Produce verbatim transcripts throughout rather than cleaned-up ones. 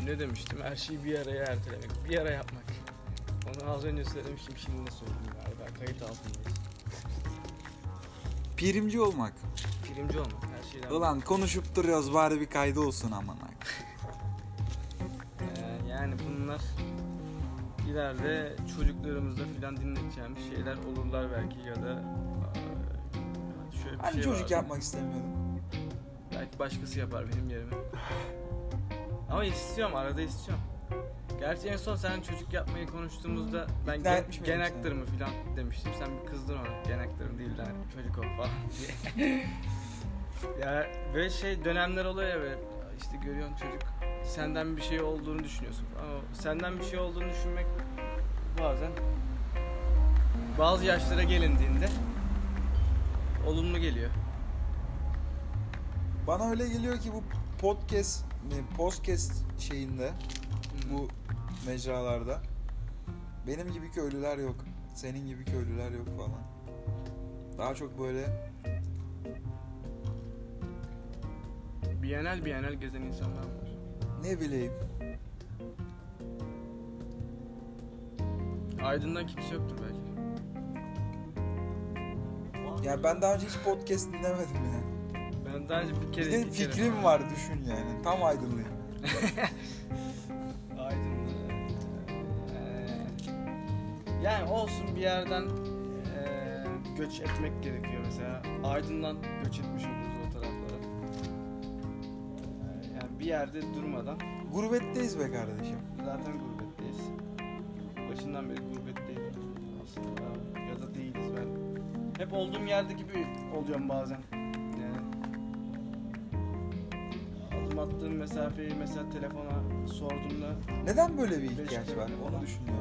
Ne demiştim? Her şeyi bir araya ertelemek, bir ara yapmak. Onu az önce söylemiştim, şimdi de söyledim galiba. Kayıt altındayız. Primci olmak. Primci olmak, her şeyden. Ulan konuşup duruyoruz, bari bir kaydı olsun aman. Ee, yani bunlar ileride çocuklarımızda filan dinleteceğimiz şeyler olurlar belki ya da şöyle bir ben şey çocuk var. yapmak istemiyorum. Belki başkası yapar benim yerime. Ama istiyorum, arada istiyorum. Gerçi en son sen çocuk yapmayı konuştuğumuzda ben gen, gen aktarımı filan demiştim. Sen bir kızdın ona. Gen aktarım değil de çocuk ol falan diye. Ya böyle şey dönemler oluyor ya böyle işte görüyorsun çocuk senden bir şey olduğunu düşünüyorsun ama senden bir şey olduğunu düşünmek bazen bazı yaşlara gelindiğinde olumlu geliyor. Bana öyle geliyor ki bu podcast, podcast şeyinde, hmm. bu mecralarda benim gibi köylüler yok, senin gibi köylüler yok falan. Daha çok böyle bienal bienal gezen insanlar var. Ne bileyim. Aydın'dan kimse yoktur belki. Ya ben daha önce hiç podcast dinlemedim ya. Ben daha önce bir kere... Bir de fikrim kere var, düşün yani. Tam Aydınlıyım. Aydınlı. Ee, yani olsun bir yerden e, göç etmek gerekiyor mesela. Aydın'dan göç etmiş oluruz o taraflara. Ee, yani bir yerde durmadan. Gurbetteyiz be kardeşim. Zaten gurbetteyiz. Başından beri gurbetteyim aslında. Ya da değiliz ben. Hep olduğum yerde gibi oluyorum bazen. Attığım mesafeyi mesela telefona sorduğumda neden böyle bir ihtiyaç var onu düşünüyorum.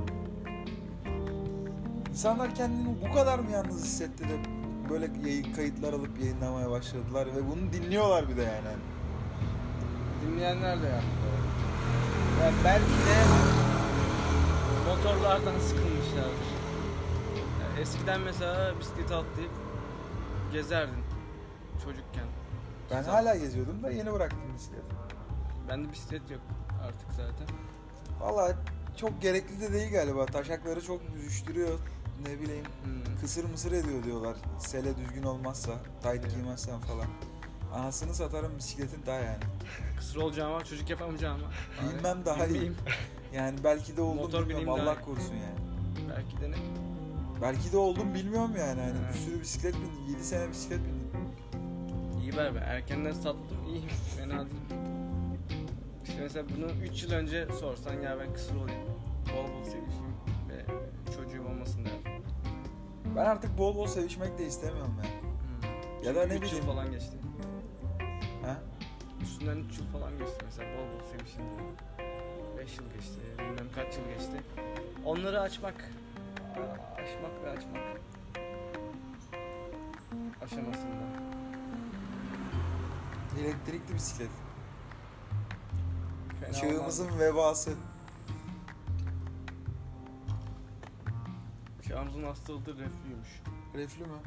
İnsanlar kendini bu kadar mı yalnız hissetti de böyle yayın kayıtlar alıp yayınlamaya başladılar ve bunu dinliyorlar bir de yani. Dinleyenler de yaptı. Yani belki de motorlardan sıkılmışlardır. Yani eskiden mesela bisiklet atlayıp gezerdin çocukken. Ben Zaten. hala geziyordum da yeni bıraktım bisikleti. Bende bisiklet yok artık zaten. Vallahi çok gerekli de değil galiba. Taşakları çok büzüştürüyor. Ne bileyim hmm. kısır mısır ediyor diyorlar. Sele düzgün olmazsa, tight evet. giymezsen falan. Anasını satarım bisikletin daha yani. Kısır olacağıma, çocuk yapamayacağıma. Bilmem daha iyi. Yani belki de oldum Motor bilmiyorum. Allah korusun yani. Belki de ne? Belki de oldum bilmiyorum yani. Hani bir sürü bisiklet bindim. yedi sene bisiklet bindim. İyi be be. Erkenden sattım. İyi. Fena değil. İşte mesela bunu üç yıl önce sorsan ya ben kısır olayım. Bol bol sevişeyim ve çocuğum olmasın derdim. Ben artık bol bol sevişmek de istemiyorum ya. Hmm. Ya da ne bileyim. üç yıl falan geçti. Ha? Üstünden üç yıl falan geçti mesela bol bol sevişeyim. beş yıl geçti. Bilmem kaç yıl geçti. Onları açmak. Açmak ve açmak. Aşamasında. Elektrikli bisiklet. Fena Çağımızın olmaz. vebası. Çağımızın hastalığıdır reflüymüş. Reflü mü?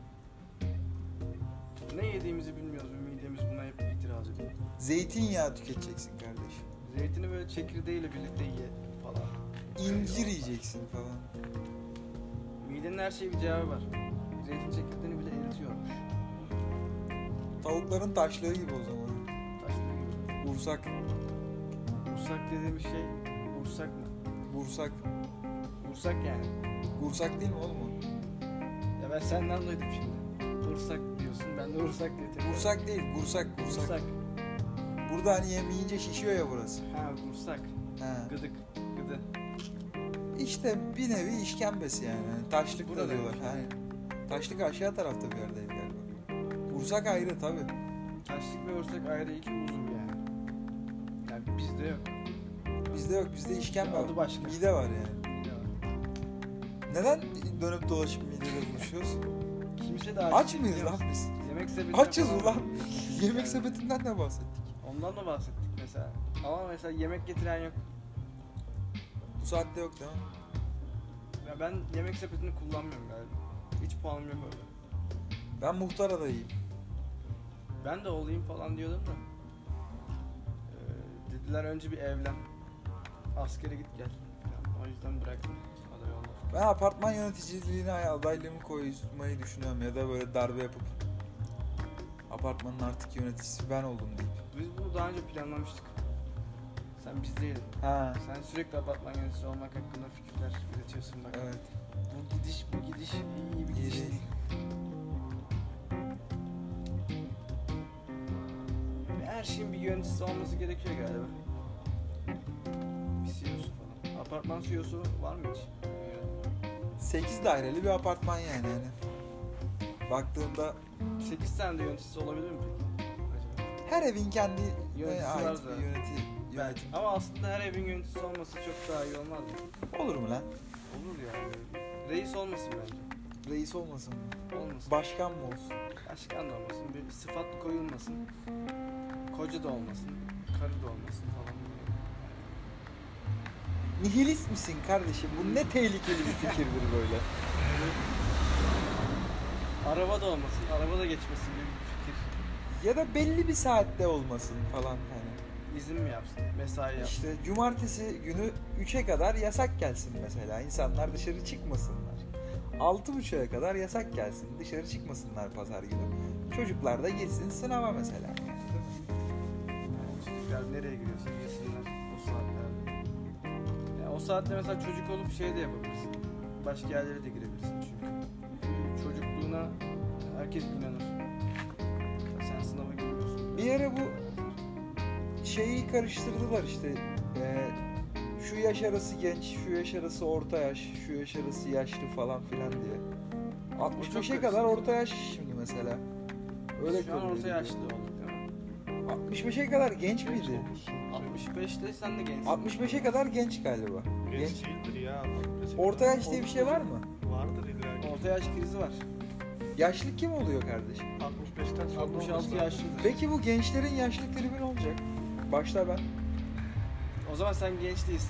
Hmm. Ne yediğimizi bilmiyoruz. Midemiz buna hep itiraz ediyor. Zeytinyağı tüketeceksin kardeşim. Zeytini böyle çekirdeğiyle birlikte ye falan. İncir yiyeceksin falan. Midenin her şeyi bir cevabı var. Zeytin çekirdeğini bile eritiyormuş. Tavukların taşlığı gibi o zaman. Taşlığı gibi. Bursak. Bursak dediğimiz şey bursak mı? Bursak. Bursak yani. Bursak değil mi oğlum o? Ya ben senden duydum şimdi. Bursak diyorsun, ben de bursak diye tekrar. Bursak değil, bursak, bursak. Bursak. Burada hani yemeyince şişiyor ya burası. Ha bursak. Ha. Gıdık, gıdı. İşte bir nevi işkembesi yani. yani taşlık burada da diyorlar. Yani taşlık aşağı tarafta bir yerdeydi galiba. Bursak ayrı tabii. Taşlık ve bursak ayrı iki uzun yani. Yani bizde yok. Bizde yok, bizde işkembe adı başka. Mide var yani. Mide var. Neden dönüp dolaşıp midede buluşuyoruz? Kimse de aç mıyız lan biz? Yemek sepetinden açız ulan. Yemek yani. Sepetinden de bahsettik. Ondan da bahsettik mesela. Ama mesela yemek getiren yok. Bu saatte yok değil mi? Ya ben yemek sepetini kullanmıyorum galiba. Hiç puanım yok orada. Ben muhtar adayıyım. Ben de olayım falan diyordum da. Ee, dediler önce bir evlen. askere git gel. Yani o yüzden bıraktım aday olmak. Ben apartman yöneticiliğine adaylığımı koymayı düşünüyorum ya da böyle darbe yapıp apartmanın artık yöneticisi ben oldum deyip. Biz bunu daha önce planlamıştık. Sen bizdeydin. Ha. Sen sürekli apartman yöneticisi olmak hakkında fikirler üretiyorsun bak. Evet. Bu gidiş bu gidiş iyi bir gidiş İyi. değil. Her şeyin bir yöneticisi olması gerekiyor galiba. Bir C E O'su falan. Apartman C E O'su var mı hiç? sekiz daireli bir apartman yani hani. Baktığında sekiz tane de yöneticisi olabilir mi peki? Acaba? her evin kendi Yöneticisi ait var da. bir yöneti, Belki. yönetim. Ama aslında her evin yöneticisi olması çok daha iyi olmaz mı? Olur mu lan? Olur yani. Reis olmasın bence. Reis olmasın mı? Olmasın. Başkan mı olsun? Başkan da olmasın. Bir sıfat koyulmasın. Koca da olmasın. Karı da olmasın falan. Nihilist misin kardeşim? Bu ne tehlikeli bir fikirdir böyle. Araba da olmasın. Araba da geçmesin gibi bir fikir. Ya da belli bir saatte olmasın falan hani. İzin mi yapsın? Mesai yapsın. İşte cumartesi günü üçe kadar yasak gelsin mesela. İnsanlar dışarı çıkmasınlar. altı buçuğa kadar yasak gelsin. Dışarı çıkmasınlar pazar günü. Çocuklar da girsin sınava mesela. Yani çocuklar nereye giriyorsa girsinler o saatlerde. Yani o saatte mesela çocuk olup şey de yapabilirsin. Başka yerlere de girebilirsin çünkü. Çocukluğuna herkes inanır. Sen sınava girmiyorsun. Bir ara bu şeyi karıştırdılar işte. Ee, şu yaş arası genç, şu yaş arası orta yaş, şu yaş arası yaşlı falan filan diye. altmış beşe kadar orta yaş şimdi mesela. Öyle Şu an kabul orta ediliyor. yaşlı olduk değil mi? altmış beşe kadar genç miydi? altmış beşte sen de gençsin. altmış beşe kadar genç galiba. Genç Genç. değildir ya. Orta yaş diye bir şey var mı? Vardır illa ki. Orta yaş krizi var. Yaşlı kim oluyor kardeşim? altmış beşten sonra altmış olması altı lazım. yaşlıdır. Peki bu gençlerin yaşlı tribi ne olacak? Başta ben. O zaman sen genç değilsin.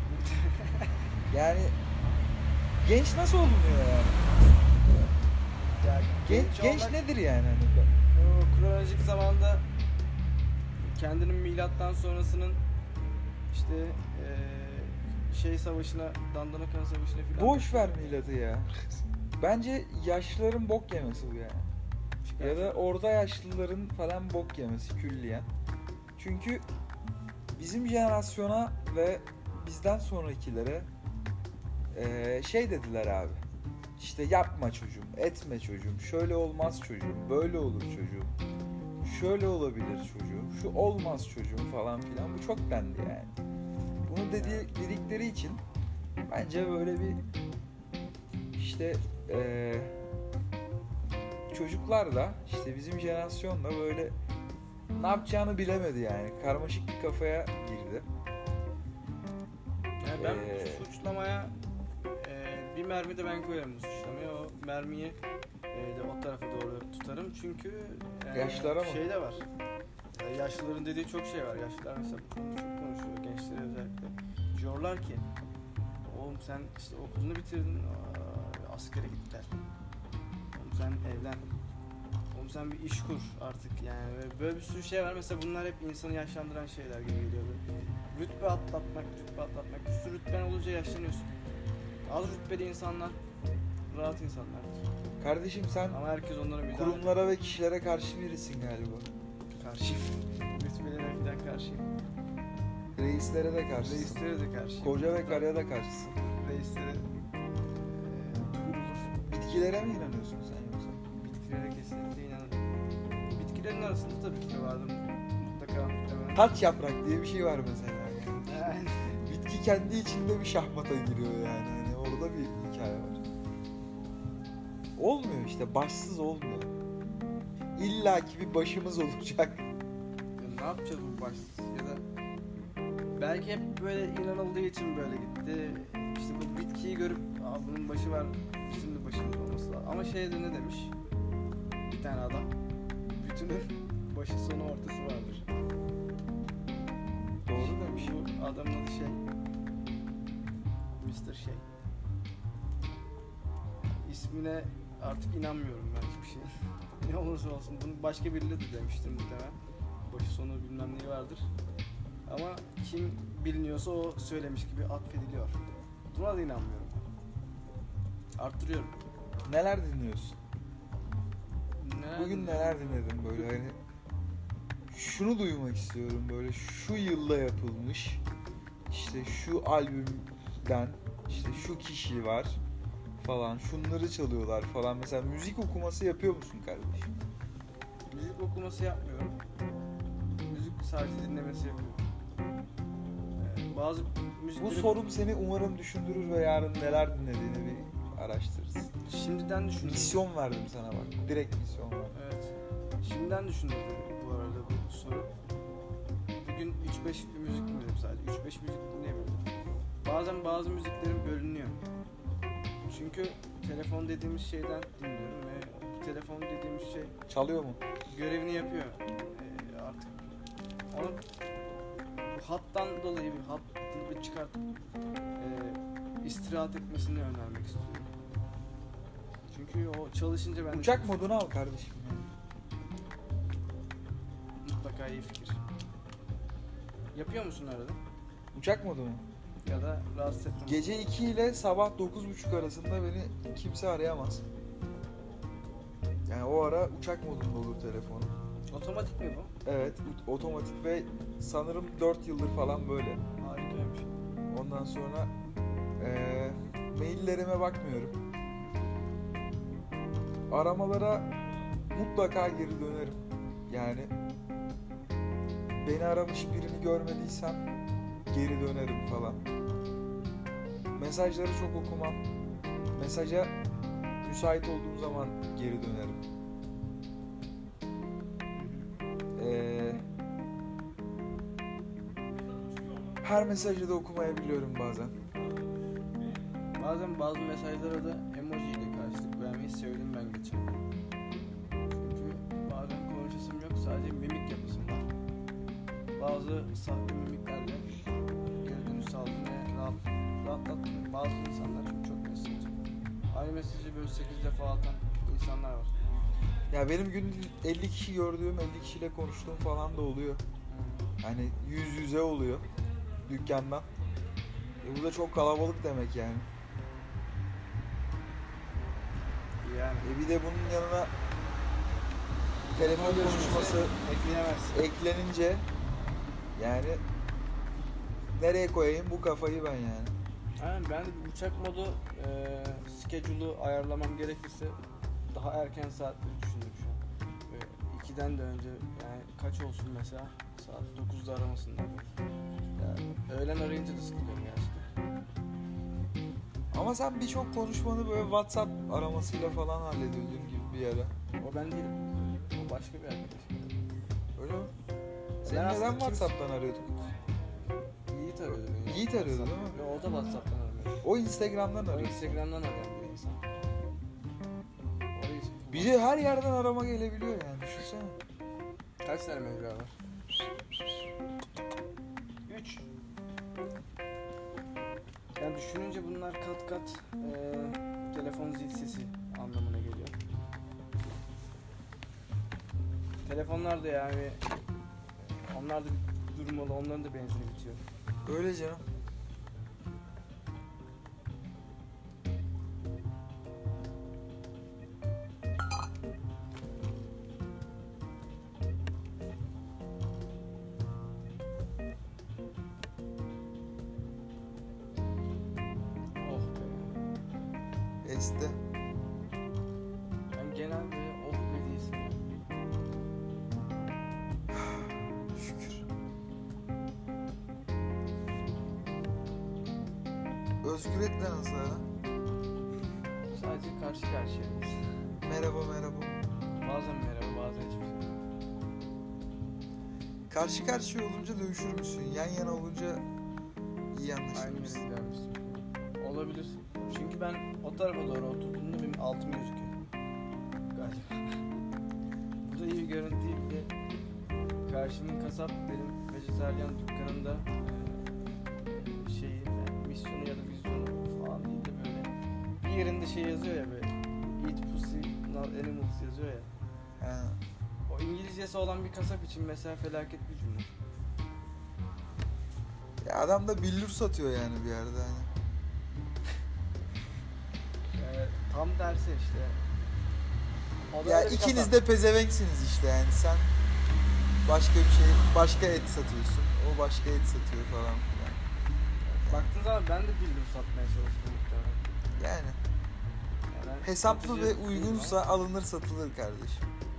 Yani genç nasıl olunuyor yani? Ya, Genç, genç olmak- nedir yani? Hani? O kronolojik zamanda kendinin milattan sonrasının işte eee, şey savaşına, Dandanakan savaşına filan. Boş ver milletı ya. Bence yaşlıların bok yemesi bu yani. Ya da orta yaşlıların falan bok yemesi külliyen. Çünkü bizim jenerasyona ve bizden sonrakilere eee, şey dediler abi. İşte yapma çocuğum, etme çocuğum, şöyle olmaz çocuğum, böyle olur çocuğum, şöyle olabilir çocuğum, şu olmaz çocuğum falan filan. Bu çok dendi yani. Bunu dedi, dedikleri için bence böyle bir işte eee çocuklar da işte bizim jenerasyon da böyle ne yapacağını bilemedi yani. Karmaşık bir kafaya girdi. Yani ben Ee, suçlamaya eee, bir mermi de ben koyarım bu suçlamaya. O mermiyi eee, de o tarafa doğru tutarım. Çünkü eee, Yaşlılara mı? şey de var. Eee, yaşlıların dediği çok şey var. Yaşlılar mesela bu konuda çok konuşuyor. Gençlere özellikle. Diyorlar ki oğlum sen işte okulunu bitirdin, aa, askere git der. Oğlum sen evlen. Oğlum sen bir iş kur artık yani. Böyle bir sürü şey var. Mesela bunlar hep insanı yaşlandıran şeyler gibi geliyor. Böyle. Rütbe atlatmak, rütbe atlatmak. Bir sürü rütben olunca yaşlanıyorsun. Az rütbeli insanlar rahat insanlardır. Kardeşim sen Ama herkes onlara müdahale kurumlara ve kişilere karşı birisin galiba. karşıyım. Rütbelere falan karşıyım. Reislere de karşısın. Reislere de karşıyım. Koca ve karıya da karşısın. Reislere eee duyurulur. Bitkilere mi inanıyorsun sen yoksa? Bitkilere kesinlikle inanırım. Bitkilerin arasında da rütbe vardır. Mutlaka muhtemelen. Taç yaprak diye bir şey var mesela. Yani. Yani. Bitki kendi içinde bir şahmata giriyor yani. Hani orada bir hikaye var. Olmuyor işte. Başsız olmuyor. İlla ki bir başımız olacak. Ya ne yapacağız bu başsız ya da belki hep böyle inanıldığı için böyle gitti. İşte bu bitkiyi görüp aa bunun başı var, bizim de başımız olması lazım. Ama şeyde ne demiş? Bir tane adam. Bütünün başı sonu ortası vardır. Doğru demiş. Bu adamın adı şey. mister Şey. İsmine artık inanmıyorum ben hiçbir şeye. Ne olursa olsun. Bunu başka biriyle de demiştir muhtemelen. Başı sonu bilmem neyi vardır. Ama kim biliniyorsa o söylemiş gibi atfediliyor. Buna da inanmıyorum. Arttırıyorum. Neler dinliyorsun? Neler Bugün dinliyorum? neler dinledin böyle hani şunu duymak istiyorum böyle şu yılda yapılmış işte şu albümden işte şu kişi var falan şunları çalıyorlar falan mesela müzik okuması yapıyor musun kardeşim? Müzik okuması yapmıyorum. Müzik sadece dinlemesi yapıyorum. Ee, bazı müzikleri... Bu sorum seni umarım düşündürür ve yarın neler dinlediğini bir araştırırsın. Şimdiden düşündüm. Misyon verdim sana bak. Direkt misyon verdim. Evet. Şimdiden düşündüm bu arada bu soru. Bugün üç beş müzik dinledim sadece. üç beş müzik dinleyemedim. Bazen bazı müziklerim bölünüyor. Çünkü telefon dediğimiz şeyden dinliyorum ve bu telefon dediğimiz şey Çalıyor mu? görevini yapıyor. Ee, artık onu bu hattan dolayı bir hat bir çıkartıp e, istirahat etmesini önermek istiyorum. Çünkü o çalışınca ben Uçak modunu al kardeşim. mutlaka iyi fikir. Yapıyor musun arada? Uçak modu mu? Ya da rahatsız etmem. Gece iki ile sabah dokuz buçuk arasında beni kimse arayamaz. Yani o ara uçak modunda olur telefonum. Otomatik mi bu? Evet, otomatik ve sanırım dört yıldır falan böyle. Harikaymış. Ondan sonra eee maillerime bakmıyorum. Aramalara mutlaka geri dönerim. Yani beni aramış birini görmediysem geri dönerim falan. Mesajları çok okumam. Mesaja müsait olduğum zaman geri dönerim. Ee, her mesajı da okumayabiliyorum bazen. Bazen bazı mesajlara da emoji ile karşılık vermeyi sevdim ben geçen. Çünkü bazen konuşasım yok, sadece mimik yapasım var. Bazı sahte mimiklerle geri dönüş sağladım ve rahat, rahatlattım. Bazı insanlar çünkü çok mesaj. Aynı mesajı böyle sekiz defa atan insanlar var. Ya benim günde elli kişi gördüğüm, elli kişiyle konuştuğum falan da oluyor. Hani yüz yüze oluyor dükkandan. E bu da çok kalabalık demek yani. Yani E bir de bunun yanına telefon konuşması ekleyemezsin. eklenince yani nereye koyayım bu kafayı ben yani. Yani ben uçak modu e, schedule'u ayarlamam gerekirse daha erken saatleri düşündüm şu an. Ve ikiden de önce yani kaç olsun mesela saat dokuzda aramasınlar. Yani öğlen arayınca da sıkılıyorum gerçekten. Ama sen birçok konuşmanı böyle WhatsApp aramasıyla falan hallediyordun gibi bir ara. O ben değilim. O başka bir arkadaş. Öyle mi? Seni Ben aslında neden kim- WhatsApp'tan arıyorduk? Yiğit arıyordu beni. Yiğit arıyordu WhatsApp. değil mi? Yo, o da WhatsApp'tan aramıyor. O Instagram'dan O arıyor. Instagram'dan arayan bir insan. Orayı Biri her yerden arama gelebiliyor yani düşünsene. kaç tane mecra var? üç. Yani düşününce bunlar kat kat eee telefon zil sesi anlamına geliyor. Telefonlar da yani onlar da bir durmalı, onların da benzini bitiyor. Öyle canım. Oh be. Este. Ben genelde oh be değilsin ya. Şükür. Özgür Et'le nasıl ara? Sadece karşı karşıyayız. Merhaba merhaba. Bazen merhaba, bazen hiçbir şey. Karşı karşıya olunca dövüşür müsün? Yan yana olunca iyi anlaşır Aynı mısın? yere gidermişsin. Olabilir. Çünkü ben o tarafa doğru oturduğumda benim altım gözüküyor. Galiba. Bu da iyi bir görüntü değil. Bir de karşımın kasap benim vejetaryen dükkanında eee, şeyi, yani misyonu ya da vizyonu falan değil de böyle bir yerinde şey yazıyor ya böyle eat pussy not animals yazıyor ya. He. O İngilizcesi olan bir kasap için mesela felaket bir cümle. Ya adam da billur satıyor yani bir yerde hani. Yani tam tersi işte. O da Ya öyle bir ikiniz kafa. de pezevenksiniz işte yani. Sen başka bir şey, başka et satıyorsun. O başka et satıyor falan filan. Baktığın zaman ben de billur satmaya çalıştım muhtemelen. Yani Yani ben hesaplı satıcı ve değilim uygunsa ama, alınır satılır kardeşim.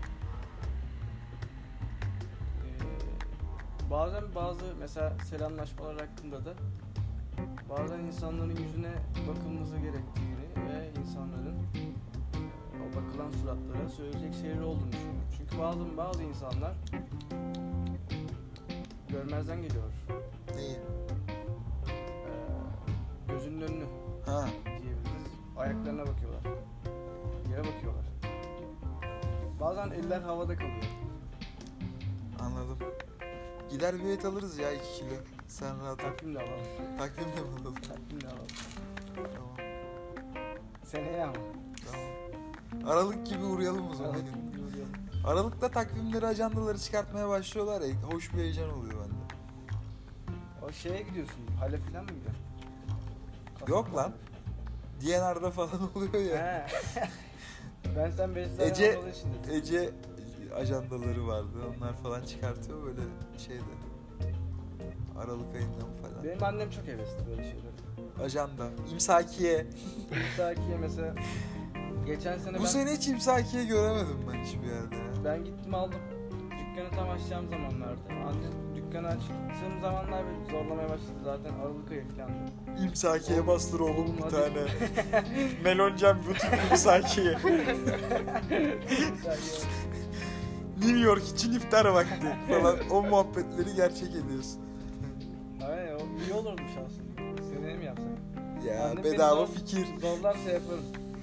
e, bazen bazı mesela selamlaşmalar hakkında da bazen insanların yüzüne bakılması gerektiğini ve insanların o bakılan suratlara söyleyecek şeyler olduğunu düşünüyorum. Çünkü bazı bazı insanlar görmezden geliyor. Neyi? Ee, gözünün önünü Ha. diyebiliriz. Ayaklarına bakıyorlar. Yere bakıyorlar. Bazen eller havada kalıyor. Anladım. Gider bir et alırız ya iki kilo. Sen rahat ol. Takvimle alalım. Takvimle mi alalım? Takvimle alalım. Tamam. Seneye ama. Tamam. Aralık gibi uğrayalım o zaman. Aralık gibi uğrayalım. Aralıkta takvimleri, ajandaları çıkartmaya başlıyorlar ya. Hoş bir heyecan oluyor bende. O şeye gidiyorsun. Hale falan mı gidiyorsun? Yok lan. D N R'da falan oluyor ya. He. Ben sen Beyza Ece, Anadolu için dedim. Ece ajandaları vardı. Onlar falan çıkartıyor böyle şeyde. Aralık ayından falan. Benim annem çok hevesli böyle şeylere. Ajanda. İmsakiye. Sakiye mesela geçen sene Bu ben, sene hiç imsakiye göremedim ben hiçbir yerde ya. ben gittim aldım. Dükkanı tam açacağım zamanlarda. Annem dükkanı açtığım zamanlar beni zorlamaya başladı. Zaten Aralık ayı falan. İmsakiye bastır oğlum Oğlum bir hadi. tane. Meloncan bütün imsakiye. New York için iftar vakti falan. O muhabbetleri gerçek ediyorsun. Aynen o iyi olurmuş aslında. Seneye mi yapsak? Ya Annem bedava beni zor- fikir. Zorlarsa yaparım.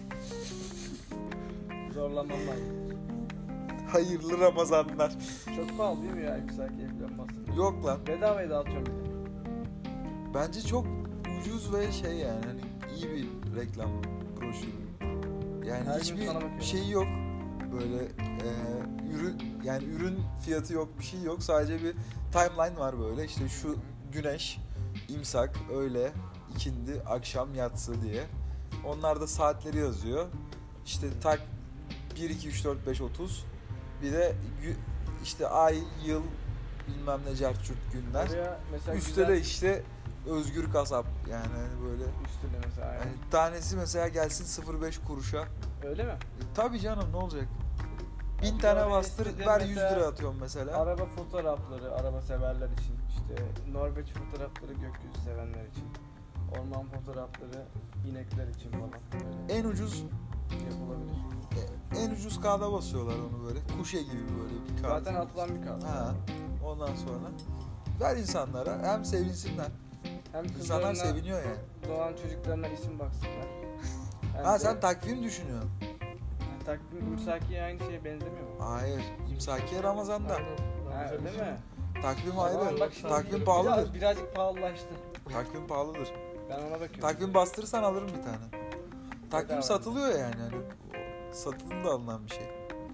Zorlamam ben. Hayırlı Ramazanlar. Çok pahalı değil mi ya Sakiye falan bastırmak? Yok lan. Bedavaya dağıtıyorum bir de. Bence çok ucuz ve şey yani hani iyi bir reklam broşürü. Yani Her gün hiçbir sana bakıyorum. şey yok. Böyle e, ürün yani ürün fiyatı yok, bir şey yok. Sadece bir timeline var böyle. İşte şu güneş, imsak, öğle, ikindi, akşam, yatsı diye. Onlarda saatleri yazıyor. İşte tak bir, iki, üç, dört, beş, otuz. Bir de gü- işte ay, yıl, bilmem ne carçurt günler. Oraya mesela Üstte güzel- de işte Özgür Kasap yani hani böyle Üstüne mesela aynen. hani tanesi mesela gelsin sıfır beş kuruşa. Öyle mi? E, tabii canım ne olacak? Bin Yani tane böyle bastır istediğin ver yüz mesela lira atıyorum mesela. Araba fotoğrafları, araba severler için, işte Norveç fotoğrafları gökyüzü sevenler için, orman fotoğrafları inekler için falan böyle En ucuz yapılabilir. e, en ucuz kağıda basıyorlar onu böyle. Kuşe gibi böyle bir kağıt. Zaten atılan bir kağıt. Ha. Ondan sonra ver insanlara hem sevinsinler. Hem İnsanlar kızlarına seviniyor yani. doğan çocuklarına isim baksınlar. Hem Ha de- sen takvim düşünüyorsun. yani takvim imsakiye aynı şeye benzemiyor mu? Hayır. İmsakiye Ramazan'da. Ha, öyle mi? Takvim Tamam, ayrı. bak şimdi Takvim pahalıdır. Biraz, birazcık pahalılaştı. Takvim pahalıdır. Ben ona bakıyorum. Takvim bastırırsan alırım bir tane. Takvim Bedava. satılıyor yani. Hani satılım da alınan bir şey.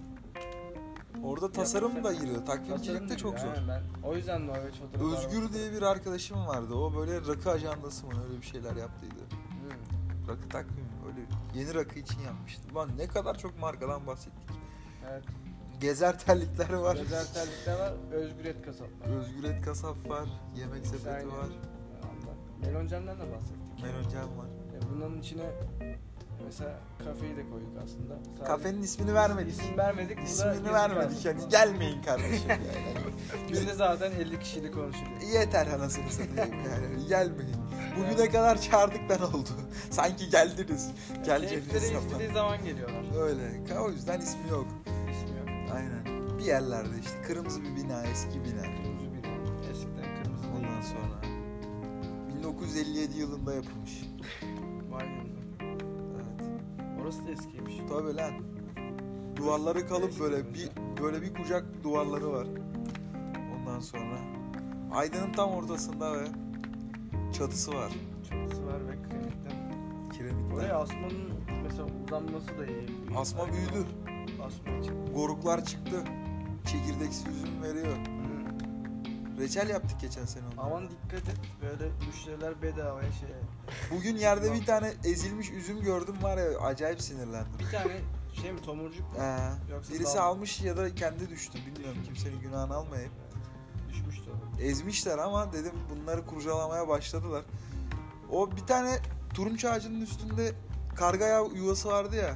Orada tasarım da giriyor. Takvimcilik de çok zor. Yani ben o yüzden Norveç fotoğrafı Özgür diye bir arkadaşım vardı. O böyle rakı ajandası mı öyle bir şeyler yaptıydı. Hmm. Rakı takvimi öyle yeni rakı için yapmıştı. Lan ne kadar çok markadan bahsettik. Evet. Gezer terlikler var. Gezer terlikler var. Özgür et kasaplar. Özgür et kasap var. Yemek sepeti Aynen. var. Meloncam'dan da bahsettik. Meloncam var. E bunların içine mesela kafeyi de koyduk aslında. Sadece Kafenin ismini vermedik. İsim vermedik. burada İsmini gizli vermedik. kalsın. Yani gelmeyin kardeşim yani. Günde zaten elli kişilik konuşuluyor. Yeter anasını satayım yani. Gelmeyin. Bugüne kadar çağırdıktan oldu. Sanki geldiniz. Geleceğiniz Keyifleri zaman. istediği zaman geliyorlar. Öyle. O yüzden ismi yok. İsmi yok. Aynen. Bir yerlerde işte kırmızı bir bina, eski bina. Kırmızı bir. Eskiden kırmızı değil. Ondan sonra bin dokuz yüz elli yedi yılında yapılmış. Vay yanında. Evet. Orası da eskiymiş. Tabii lan. Duvarları kalıp böyle bir böyle bir kucak duvarları var. Ondan sonra Aydın'ın tam ortasında ve çatısı var. Çatısı var ve kiremitten. Kiremitten. Oraya asmanın mesela uzanması da iyi. Asma büyüdü. Asma için. Goruklar çıktı. Çekirdeksiz üzüm veriyor. Hmm. Reçel yaptık geçen sene onu. Aman dikkat et, böyle müşteriler bedavaya şey. Bugün yerde bir tane ezilmiş üzüm gördüm var ya, acayip sinirlendim. Bir tane şey mi, tomurcuk mu? Ee, Yoksa birisi dal- almış ya da kendi düştü, bilmiyorum, kimsenin günahını almayayım. Düşmüştü o. Ezmişler ama dedim bunları kurcalamaya başladılar. O bir tane turunç ağacının üstünde karga yav- yuvası vardı ya.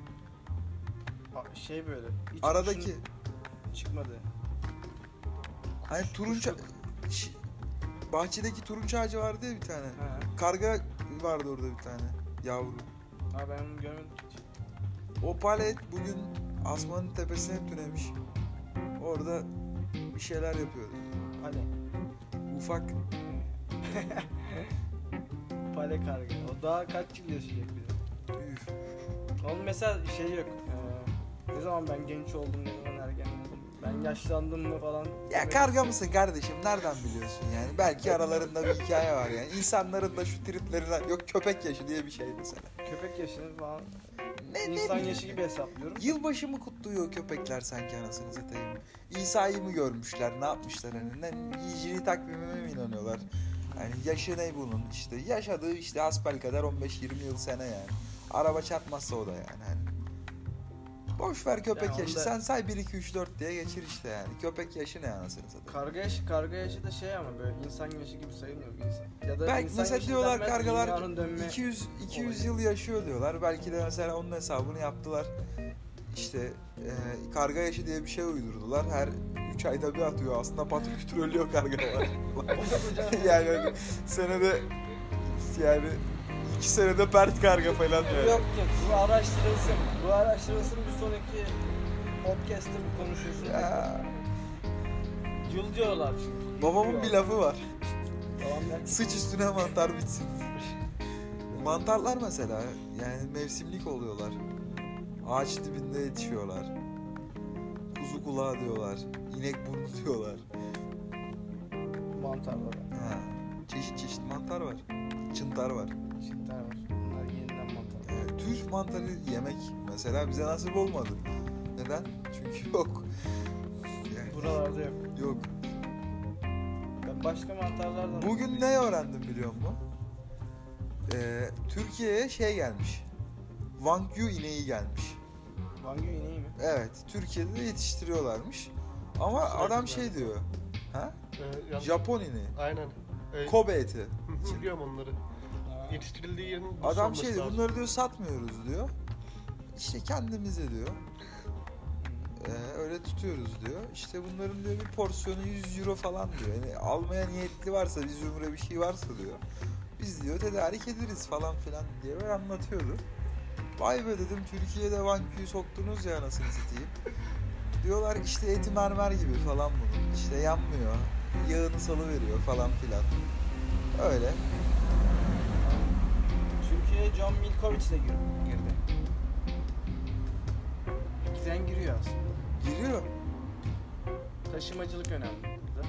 A- Şey böyle. hiç Aradaki kuşun çıkmadı. hani turunç kuşluk. Ş- bahçedeki turunç ağacı vardı ya bir tane. Ha. Karga vardı orada bir tane yavru. Ha ben onu görmedim hiç. O palet bugün asmanın tepesine tünemiş. Orada bir şeyler yapıyordu. Pale. Ufak. Pale karga. O daha kaç yıl yaşayacak bir de. Üf. Onun mesela şey yok. Ee, ne zaman ben genç oldum, ne zaman ergen oldum. Ben yaşlandım mı falan. Ya karga mısın kardeşim? Nereden biliyorsun yani? Belki aralarında bir hikaye var yani. İnsanların da şu triplerinden, yok köpek yaşı diye bir şey mesela. Köpek yaşını falan Ne, ne insan bileyim. yaşı gibi hesaplıyorum. Yılbaşı mı kutluyor köpekler sanki, anasını satayım? İsa'yı mı görmüşler, ne yapmışlar hani? Ne, hicri takvimime mi inanıyorlar? Yani yaşı ne bunun işte? Yaşadığı işte hasbelkader on beş yirmi yıl sene yani. Araba çarpmazsa o da yani hani. Boş ver köpek Yani yaşı. onda- Sen say bir iki üç dört diye geçir işte yani. Köpek yaşı ne anasını satayım? Karga yaşı, karga yaşı da şey ama böyle insan yaşı gibi sayılmıyor bir insan. Ya da Belki insan mesela yaşı diyorlar denmez, kargalar dünyanın dönme iki yüz iki yüz olayı. yıl yaşıyor diyorlar. Belki de mesela onun hesabını yaptılar. İşte e, karga yaşı diye bir şey uydurdular. Her üç ayda bir atıyor. Aslında patır kütür ölüyor kargalar. yani hani senede yani iki senede pert karga falan yani. Yok yok, bu araştırılsın. Bu araştırılsın, bir sonraki podcast'ta bu konuşulsun. Ya, Yıl diyorlar çünkü. babamın bir lafı var. Tamam ben. Sıç üstüne mantar bitsin. Mantarlar mesela yani mevsimlik oluyorlar. Ağaç dibinde yetişiyorlar. Kuzu kulağı diyorlar. İnek burnu diyorlar. Mantarlar. Ha, çeşit çeşit mantar var. Çıntar var. Çinler var. Bunlar yeniden mantar. Ee, tür mantarı yemek mesela bize nasip olmadı. Neden? Çünkü yok. Yani Buralarda yok. yok. Ben başka mantarlardan... Bugün ne öğrendim biliyor musun? Ee, Türkiye'ye şey gelmiş. Wagyu ineği gelmiş. Wagyu ineği mi? Evet, Türkiye'de de yetiştiriyorlarmış. Ama Sürekli adam ben- şey diyor. Ha? Ee, yalnız- Japon ineği. Aynen. Ee, Kobe eti. Biliyorum onları. Yetiştirildiği yerin dışı Adam olması şey diyor, lazım. bunları diyor satmıyoruz diyor. İşte kendimize diyor. Ee, öyle tutuyoruz diyor. İşte bunların diyor bir porsiyonu yüz euro falan diyor. Yani almaya niyetli varsa, bir zümre bir şey varsa diyor. Biz diyor tedarik ederiz falan filan diye böyle anlatıyordu. Vay be dedim, Türkiye'de Wagyu'yu soktunuz ya anasını satayım. Diyorlar işte eti mermer gibi falan bunun. İşte yanmıyor. Yağını salıveriyor falan filan. Öyle. Türkiye'ye John Milkovic de gir- girdi. İkiden giriyor aslında. Giriyor. Taşımacılık önemli burada.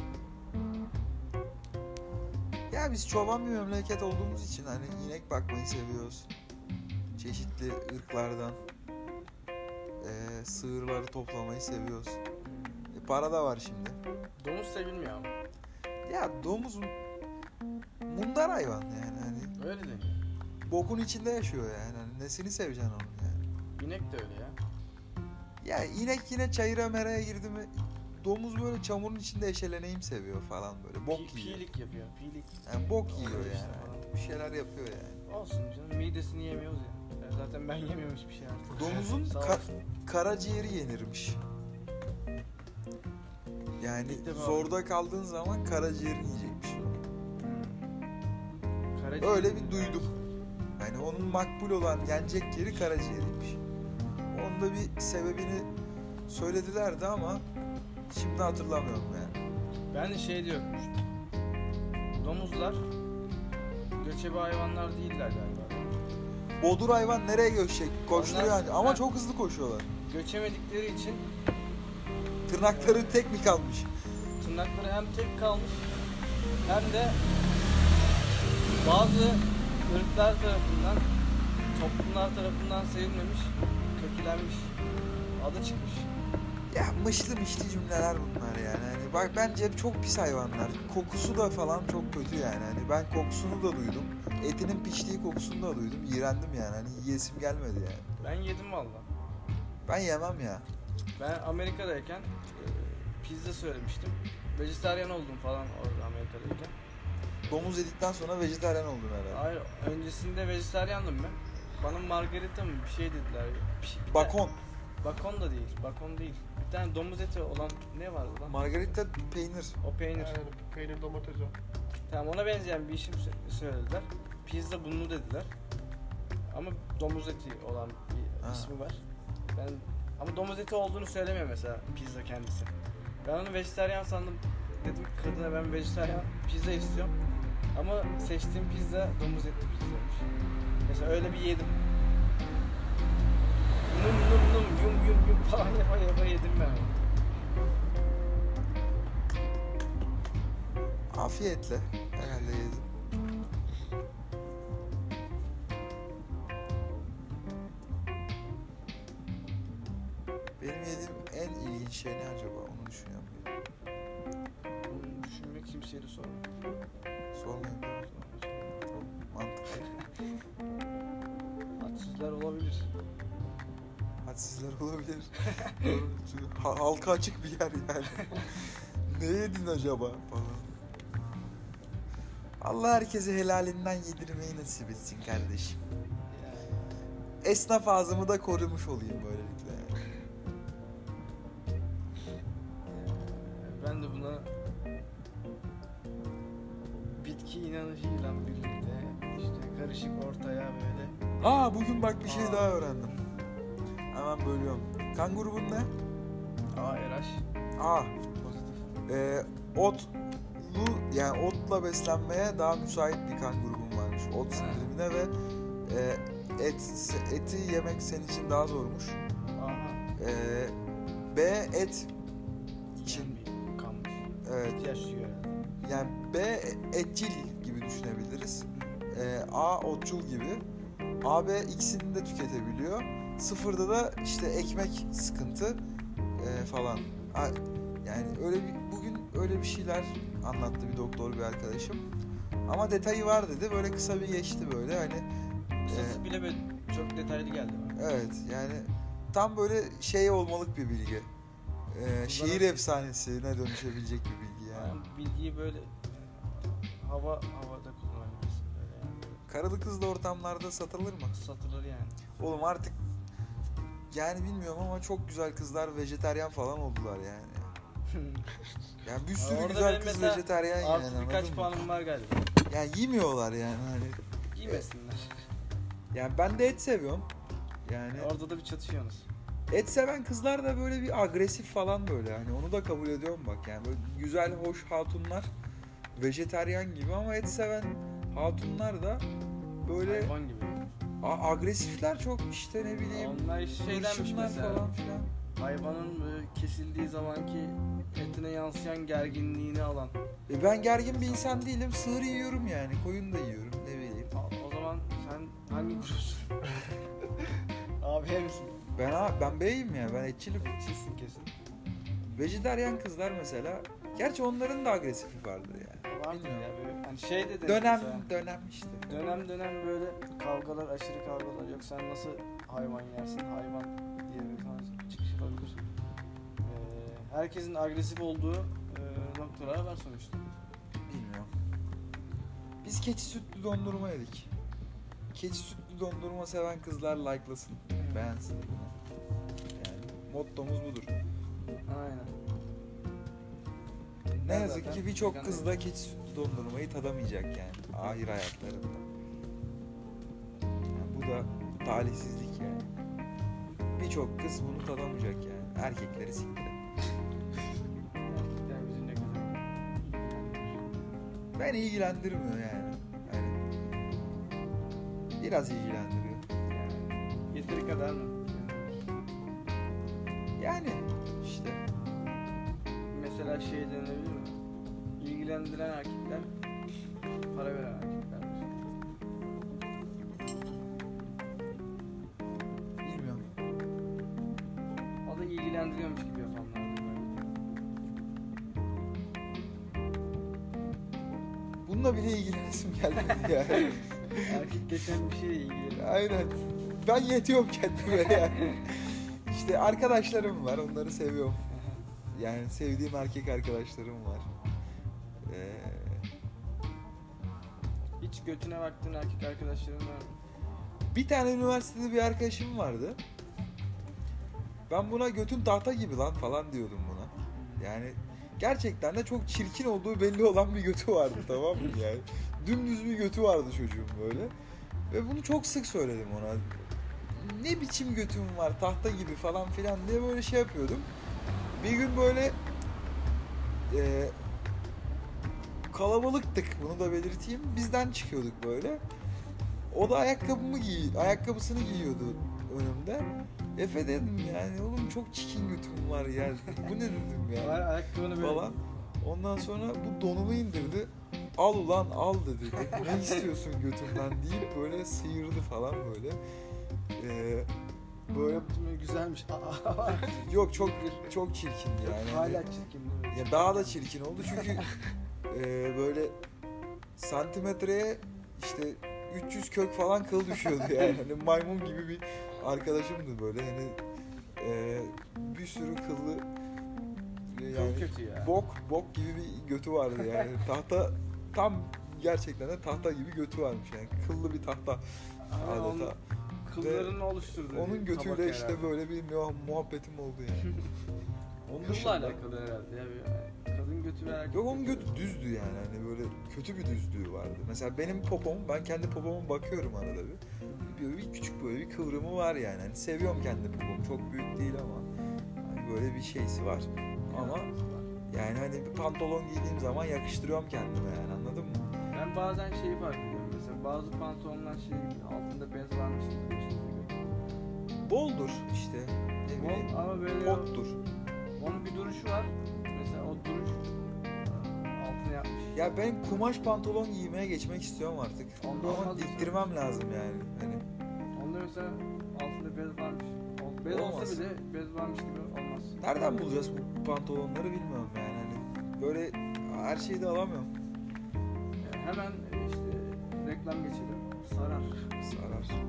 Ya biz çoban bir memleket olduğumuz için hani inek bakmayı seviyoruz. Çeşitli ırklardan eee sığırları toplamayı seviyoruz. E, para da var şimdi. Domuz sevilmiyor ama. Ya domuz mundar hayvan yani hani Öyle deniyor. bokun içinde yaşıyor yani. Hani nesini seveceksin onun yani. İnek de öyle ya. Ya inek yine çayıra meraya girdi mi, domuz böyle çamurun içinde eşeleneyim seviyor falan böyle. Bok Pi- yiyor. Pilik yapıyor. Pilik. Yani bok yiyor Işte yani. falan. Bir şeyler yapıyor yani. Olsun canım. Midesini yemiyoruz ya. Ya zaten ben yemiyorum hiçbir şey artık. Domuzun Sağ ka- olsun. karaciğeri yenirmiş. Yani İlk defa zorda kaldığın zaman karaciğerini yiyecekmiş. Karaciğer- Öyle bir duydum. Yani onun makbul olan yenecek yeri karaciğeriymiş. Onun da bir sebebini söyledilerdi ama şimdi hatırlamıyorum yani. Ben de şey diye okumuştum. Domuzlar göçebe hayvanlar değiller galiba. Bodur hayvan nereye göçecek? Koşturuyor Onlar- yani. Ama Ha. çok hızlı koşuyorlar. Göçemedikleri için Tırnakları tek mi kalmış? tırnakları hem tek kalmış hem de bazı ırklar tarafından, toplumlar tarafından sevilmemiş, kötülenmiş. Adı çıkmış. Ya mışlı mışlı cümleler bunlar yani. Hani bak bence çok pis hayvanlar. Kokusu da falan çok kötü yani. Hani ben kokusunu da duydum. Etinin piştiği kokusunu da duydum. İğrendim yani. Hani yiyesim gelmedi yani. Ben yedim valla. Ben yemem ya. Ben Amerika'dayken e, pizza söylemiştim. Vejetaryen oldum falan orada Amerika'dayken. Domuz yedikten sonra vejetaryen oldun herhalde. Hayır, öncesinde vejetaryandım ben. Bana margarita mı bir şey dediler. Bir, bir Bakon. Tane, bakon da değil, bakon değil. Bir tane domuz eti olan ne vardı lan? Margarita peynir. O peynir. Yani peynir domates o. Tamam, ona benzeyen bir işim söylediler. Pizza bunlu dediler. Ama domuz eti olan bir Ha. ismi var. Ben ama domuz eti olduğunu söylemiyor mesela pizza kendisi. Ben onu vejetaryen sandım. Dedim ki kadına ben vejetaryen pizza istiyorum. Ama seçtiğim pizza domuz etli pizzaymış. Mesela öyle bir yedim. Num num num yum yum yum falan yapa yapa yedim ben. Afiyetle herhalde yedim. Benim yediğim en ilginç şey ne acaba? Onu düşünüyorum. Onu düşünmek kimseye de sormuyor. Sormayın. Mantıklı. Hadsizler olabilir. Hadsizler olabilir. Ha- halka açık bir yer yani. Ne yedin acaba falan. Allah herkese helalinden yedirmeyi nasip etsin kardeşim. Esnaf ağzımı da korumuş olayım böylelikle. Ben de buna bitki inanışıyla birlikte işte karışık ortaya böyle. Aa bugün bak bir şey Aa. daha öğrendim. Hemen bölüyorum. Kan grubun ne? A R H A. pozitif. Ee, otlu yani otla beslenmeye daha müsait bir kan grubun varmış. Ot sindirimine ve e, et eti yemek senin için daha zormuş. Aha. Ee, B et için Yani bir kanmış. evet, İhtiyaç duyuyor herhalde. yani B etçil gibi düşünebiliriz. Ee, A otçul gibi. A B ikisini de tüketebiliyor. Sıfırda da işte ekmek sıkıntı e, falan. A, yani öyle bir bugün öyle bir şeyler anlattı bir doktor bir arkadaşım. Ama detayı var dedi. Böyle kısa bir geçti böyle hani. Kısası e, bile böyle çok detaylı geldi bana. Evet yani tam böyle şey olmalık bir bilgi. Ee, şehir efsanesine dönüşebilecek bir bilgi yani. Yani bilgiyi böyle hava havada kullanabilirsin böyle yani. Karalı kızlı ortamlarda satılır mı? Satılır yani. Oğlum artık yani bilmiyorum ama çok güzel kızlar vejetaryen falan oldular yani. Yani bir sürü Orada güzel benim kız mesela vejetaryen yani. Artı birkaç anladın mı? puanım var galiba. Yani yemiyorlar yani hani. Giymesinler. Yani ben de et seviyorum. Yani Orada da bir çatışıyorsunuz. et seven kızlar da böyle bir agresif falan böyle hani onu da kabul ediyorum bak yani böyle güzel hoş hatunlar vejetaryen gibi ama et seven hatunlar da böyle Hayvan gibi. a- agresifler çok işte ne bileyim Onlar şeydenmiş hırçınlar mesela. falan filan. Hayvanın böyle kesildiği zamanki etine yansıyan gerginliğini alan. E ben gergin bir insan değilim, sığır yiyorum yani, koyun da yiyorum ne bileyim. O- O zaman sen hangi grupsun? Abi misin? Ben a- ben beyim ya, ben etçilim. Sizsin kesin. Vejetaryen kızlar mesela, gerçi onların da agresifi vardır yani. Vardır Bilmiyorum. ya böyle. Hani şey de Dönem mesela, dönem işte. Dönem dönem böyle kavgalar, aşırı kavgalar. Yok sen nasıl hayvan yersin, hayvan diye bir tane çıkış olabilir. Ee, herkesin agresif olduğu e, noktalar var sonuçta. Bilmiyorum. Biz keçi sütlü dondurma yedik. Keçi sütlü dondurma seven kızlar like'lasın, beğensin. Yani mottomuz budur. Aynen. Ne Ben yazık zaten ki birçok vegan kız da keçi sütlü dondurmayı tadamayacak yani ahir hayatlarında. Yani bu da talihsizlik yani. Birçok kız bunu tadamayacak yani. Erkekleri siktir. Erkekler bizi ne kadar ilgilendirir. Beni ilgilendirmiyor yani. Yani biraz ilgilendiriyor. Yani yeteri kadar mı? Yani işte Mesela şey denebilir mi? İlgilendiren erkekler, para veren erkeklerdir. bilmiyorum. O da ilgilendiriyormuş gibi yapanlar. bununla bile ilgilenesim gelmedi yani. Erkek geçen bir şeyle ilgili. Aynen. Ben yetiyorum kendime yani. İşte arkadaşlarım var, onları seviyorum. Yani sevdiğim erkek arkadaşlarım var. Ee... Hiç götüne baktığın erkek arkadaşların var mı? Bir tane üniversitede bir arkadaşım vardı. Ben buna götün tahta gibi lan falan diyordum buna. Yani gerçekten de çok çirkin olduğu belli olan bir götü vardı, tamam mı yani? Dümdüz bir götü vardı çocuğun böyle. Ve bunu çok sık söyledim ona. Ne biçim götüm var, tahta gibi falan filan diye böyle şey yapıyordum. Bir gün böyle e, kalabalıktık, bunu da belirteyim. Bizden çıkıyorduk böyle. O da ayakkabımı giy, ayakkabısını giyiyordu önümde. Efe dedim yani, oğlum çok çirkin götüm var ya. Bu ne dedim ya. Var ayakkabını böyle. Falan. Ondan sonra bu donumu indirdi. Al ulan al dedi. Ne istiyorsun götümden deyip böyle sıyırdı falan böyle. Ee, böyle güzelmiş. yok çok çok çirkindi yani. Hala çirkin. Ya daha da çirkin oldu çünkü e, böyle santimetreye işte üç yüz kök falan kıl düşüyordu yani. Hani maymun gibi bir arkadaşımdı böyle. Hani e, bir sürü kıllı yani kötü ya. bok bok gibi bir götü vardı yani. Tahta tam gerçekten de tahta gibi götü varmış yani. Kıllı bir tahta adeta. Kıllarını oluşturdu. Onun götüyle işte herhalde böyle bir muhabbetim oldu yani. Onun Kılla alakalı herhalde ya. Kadın götü ve erkek. Yok, onun götü düzdü yani. Hani böyle kötü bir düzlüğü vardı. Mesela benim popom, ben kendi popoma bakıyorum arada bir. Bir, bir küçük böyle bir kıvrımı var yani. Hani seviyorum kendi popomu. Çok büyük değil ama hani böyle bir şeysi var. Ama yani hani bir pantolon giydiğim zaman yakıştırıyorum kendime yani, anladın mı? Ben bazen şeyi fark ediyorum. Mesela bazı pantolonlar şey altında bez varmış gibi gösteriyor. Boldur işte. Ne bileyim. Bol ama böyle pottur. Onun bir duruşu var. Mesela o duruş altına yapmış. Ya ben kumaş pantolon giymeye geçmek istiyorum artık. Onda ama diktirmem mesela lazım yani. Hani. Onda mesela altında bez varmış. Bez olmaz. Olsa bile bez varmış gibi olmaz. Nereden bulacağız bu pantolonları bilmiyorum yani. Hani böyle her şeyi de alamıyorum. Yani hemen işte reklam geçelim. Sarar. Sarar.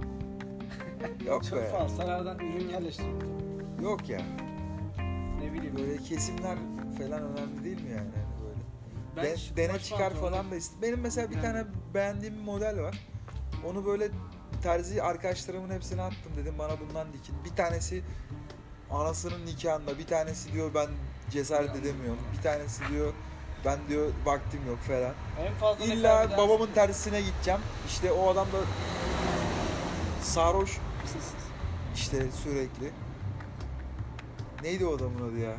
Yok çok be. Çok fazla sarardan ürün yerleştirmek. Yok ya. Ne bileyim. Böyle kesimler falan önemli değil mi yani? Yani böyle. Ben Den, dene çıkar falan da ist- Benim mesela bir yani. tane beğendiğim bir model var. Onu böyle terzi arkadaşlarımın hepsine attım, dedim bana bundan dikin. Bir tanesi anasının nikahında, bir tanesi diyor ben cesaret edemiyorum. Bir tanesi diyor ben diyor vaktim yok falan. En fazla İlla babamın tersine gideceğim. İşte o adam da sarhoş işte sürekli. Neydi o adamın adı ya?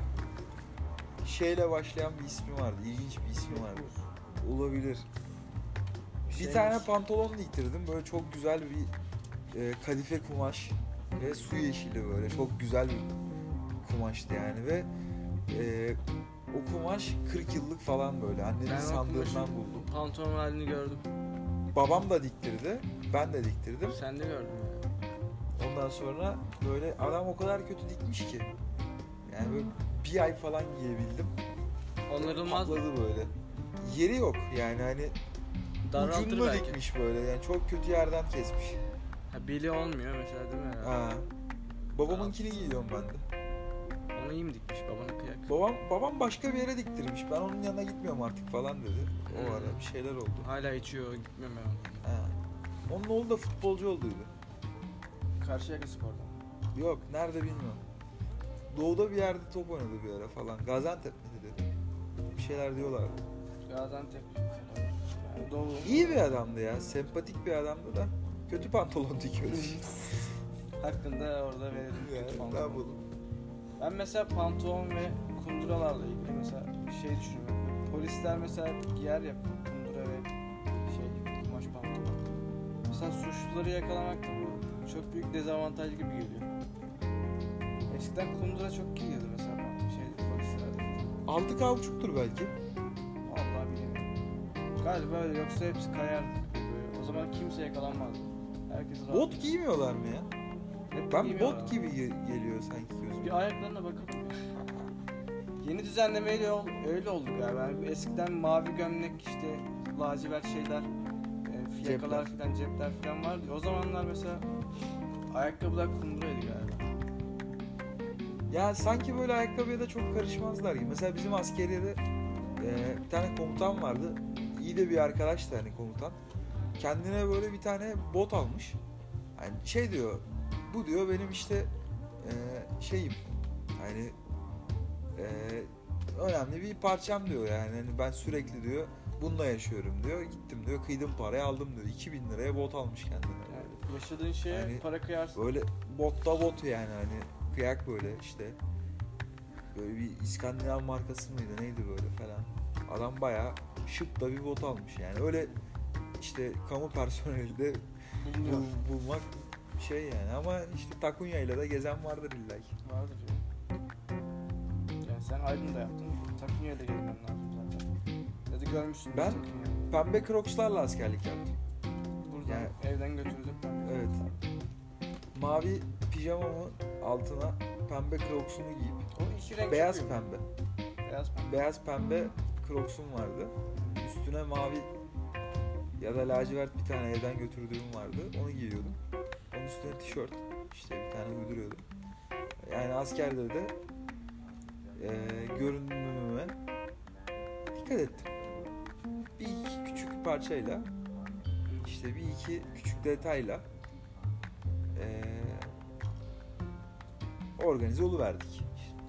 Şeyle başlayan bir ismi vardı. İlginç bir ismi vardı. Olabilir. Bir Şeymiş. tane pantolon diktirdim. Böyle çok güzel bir e, kadife kumaş ve su yeşili böyle. Çok güzel bir kumaştı yani ve e, o kumaş kırk yıllık falan böyle. Annemin ben sandığından buldum. Pantolon halini gördüm. Babam da diktirdi. Ben de diktirdim. Sen de gördün mü? Ondan sonra böyle adam o kadar kötü dikmiş ki. Yani böyle bir ay falan giyebildim. Onarılmaz mı? Böyle. Yeri yok yani hani daraltır ucunda belki. Dikmiş böyle yani çok kötü yerden kesmiş. Ha, beli olmuyor mesela değil mi? Ha. Babamınkini giyiyorum ben de. Onu iyi mi dikmiş babana kıyak? Babam babam başka bir yere diktirmiş. Ben onun yanına gitmiyorum artık falan dedi. O hmm. ara bir şeyler oldu. Hala içiyor, gitmiyorum ben ona. Ha. Onun oğlu da futbolcu olduydu. Karşıyaka Spor'dan. Yok, nerede bilmiyorum. Doğuda bir yerde top oynadı bir ara falan. Gaziantep miydi dedi. Bir şeyler diyorlardı. Gaziantep. Yani Doğu. İyi bir adamdı ya. Sempatik bir adamdı da. Kötü pantolon dikiyordu işte. Hakkında orada verelim yani, kötü pantolon. Ne buldum? Ben mesela pantolon ve kunduralarla ilgili mesela bir şey düşünüyorum. Polisler mesela giyer ya kundura ve şey kumaş pantolon. Mesela suçluları yakalamak da bu çok büyük dezavantaj gibi geliyor. Eskiden kundura çok giyildi mesela şeyde polislerde. Altı kavuçuktur belki. Vallahi bilemiyorum. Galiba öyle, yoksa hepsi kayardı. Böyle. O zaman kimse yakalanmazdı. Herkes rahat. Bot giymiyorlar mı ya? Hep ben bot gibi ge- geliyor sanki gözüme. Bir ayaklarına bakalım. Yeni düzenlemeyle öyle oldu galiba. Yani eskiden mavi gömlek işte lacivert şeyler, e, fiyakalar filan, cepler filan vardı. O zamanlar mesela ayakkabılar kunduraydı galiba. Ya sanki böyle ayakkabıya da çok karışmazlar gibi. Mesela bizim askeriyede e, bir tane komutan vardı. İyi de bir arkadaştı hani komutan. Kendine böyle bir tane bot almış. Yani şey diyor, bu diyor benim işte e, şeyim. Yani e, önemli bir parçam diyor yani. Yani ben sürekli diyor bununla yaşıyorum diyor. Gittim diyor, kıydım parayı aldım diyor. iki bin liraya bot almış kendine. Yani yaşadığın şeye yani para kıyarsın. Böyle bot da bot yani hani kıyak böyle işte. Böyle bir İskandinav markası mıydı neydi böyle falan. Adam bayağı şık da bir bot almış yani. Öyle işte kamu personeli de bul, bulmak şey yani. Ama işte takunyayla da gezen vardır illa ki. Vardır ya. Yani sen Aydın'da yaptın. Takunyayla gezmen lazım zaten. Ya da görmüşsün. Ben pembe Crocs'larla askerlik yaptım. Buradan yani, evden götürdüm. Evet. Mavi pijamamın altına pembe Crocs'umu giyip o iki renk beyaz pembe. Beyaz pembe. Beyaz pembe Crocs'um vardı. Üstüne mavi ya da lacivert bir tane evden götürdüğüm vardı. Onu giyiyordum. Onun üstüne tişört işte bir tane uyduruyordum. Yani askerde de e, görünümüme dikkat ettim. Bir iki küçük parçayla işte bir iki küçük detayla e, organize oluverdik.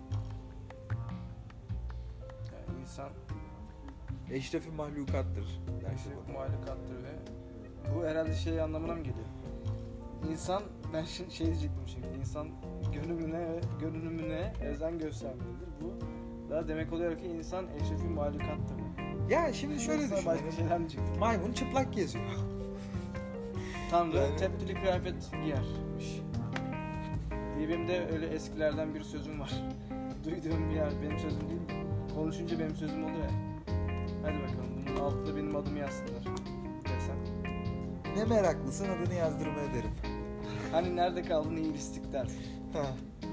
Yani insan eşrefi mahlukattır. Eşrefi mahlukattır ve bu herhalde şey anlamına mı geliyor? İnsan, ben şey diyecektim şimdi, insan görünümüne ve görünümüne özen göstermelidir. Bu da demek oluyor ki insan eşrefi mahlukattır. Ya şimdi şöyle düşün. Başka şeyler mi çıktı? Maymun çıplak geziyor. Tanrı yani tepdili kıyafet giyermiş. diye benim de öyle eskilerden bir sözüm var. Duyduğum bir yer, benim sözüm değil mi? Konuşunca benim sözüm oluyor ya. Hadi bakalım, bunun altında benim adımı yazsınlar desem. Ne meraklısın, adını yazdırmaya derim. Hani nerede kaldın iyilistik dersin. Ha.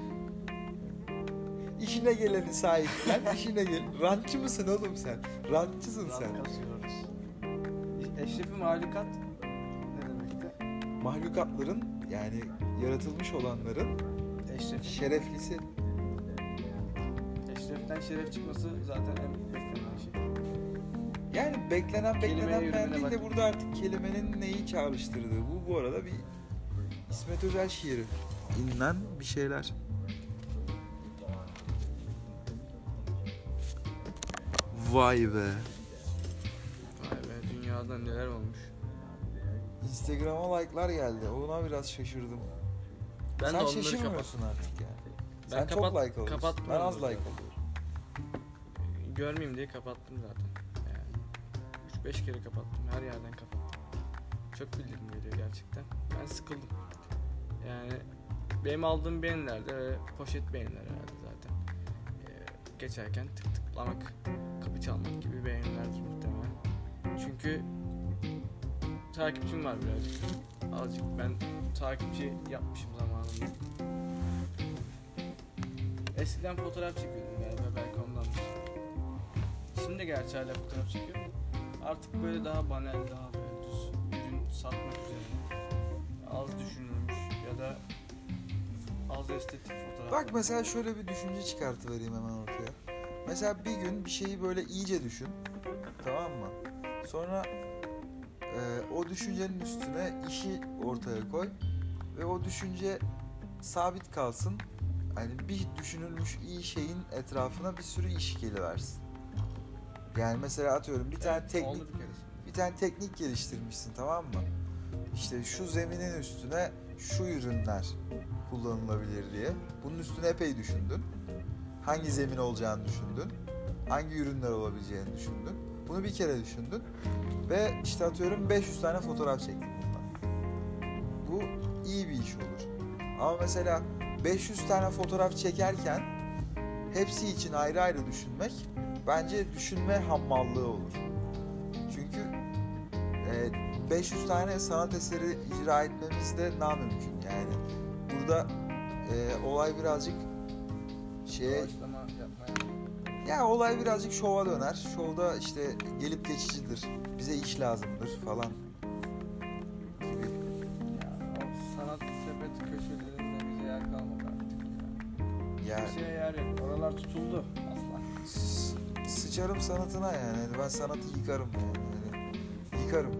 İşine geleni sahiplen, işine gel. Rantçı mısın oğlum sen? Rantçısın Rant sen. kasıyoruz. Eşrefi mahlukat ne demekti? Mahlukatların, yani yaratılmış olanların Eşref. şereflisi. Eşreften şeref çıkması zaten en beklenen şey. Yani beklenen beklenen ben değil de bak. burada artık kelimenin neyi çağrıştırdığı. Bu bu arada bir İsmet Özel şiiri. İnlen bir şeyler. Vay be. Vay be, dünyada neler olmuş. Instagram'a like'lar geldi. Ona biraz şaşırdım. Ben Sen şaşırmıyorsun artık yani. Ben Sen kapat, çok like alıyorsun. Ben az like zaten. alıyorum. Görmeyeyim diye kapattım zaten. Yani üç beş kere kapattım. Her yerden kapattım. Çok bildirim geliyor gerçekten. Ben sıkıldım. Yani benim aldığım beğenilerde ve poşet beğeniler herhalde zaten. Ee, geçerken tık tıklamak, kapı çalmak gibi beğenilerdir muhtemelen. Çünkü takipçim var birazcık. Azıcık ben takipçi yapmışım zamanında. Eskiden fotoğraf çekiyordum galiba, belki ondan. Şimdi gerçi hala fotoğraf çekiyorum. Artık böyle daha banal, daha böyle düz ürün satmak üzerine. Az düşünülmüş ya da az estetik fotoğraf. Bak mesela şöyle bir düşünce çıkartıvereyim hemen ortaya. Mesela bir gün bir şeyi böyle iyice düşün. Tamam mı? Sonra e, o düşüncenin üstüne işi ortaya koy. Ve o düşünce sabit kalsın. Hani bir düşünülmüş iyi şeyin etrafına bir sürü iş geliversin. Yani mesela atıyorum bir tane Evet, teknik bir tane teknik geliştirmişsin, tamam mı? İşte şu zeminin üstüne şu ürünler kullanılabilir diye. Bunun üstüne epey düşündün. Hangi zemin olacağını düşündün. Hangi ürünler olabileceğini düşündün. Bunu bir kere düşündün. Ve işte atıyorum beş yüz tane fotoğraf çektin bundan. Bu iyi bir iş olur. Ama mesela beş yüz tane fotoğraf çekerken hepsi için ayrı ayrı düşünmek bence düşünme hammallığı olur. Çünkü e, beş yüz tane sanat eseri icra etmemiz de namümkün yani. Burada e, olay birazcık şeye Ya olay birazcık şova döner. Şovda işte gelip geçicidir. Bize iş lazımdır falan. Gibi. Ya o sanat sepet köşelerinde bize yer kalmadı artık ya. Ya Kimseye yer yok. Oralar tutuldu aslan. s- sıçarım sanatına yani. Yani ben sanatı yıkarım yani. Yani yıkarım.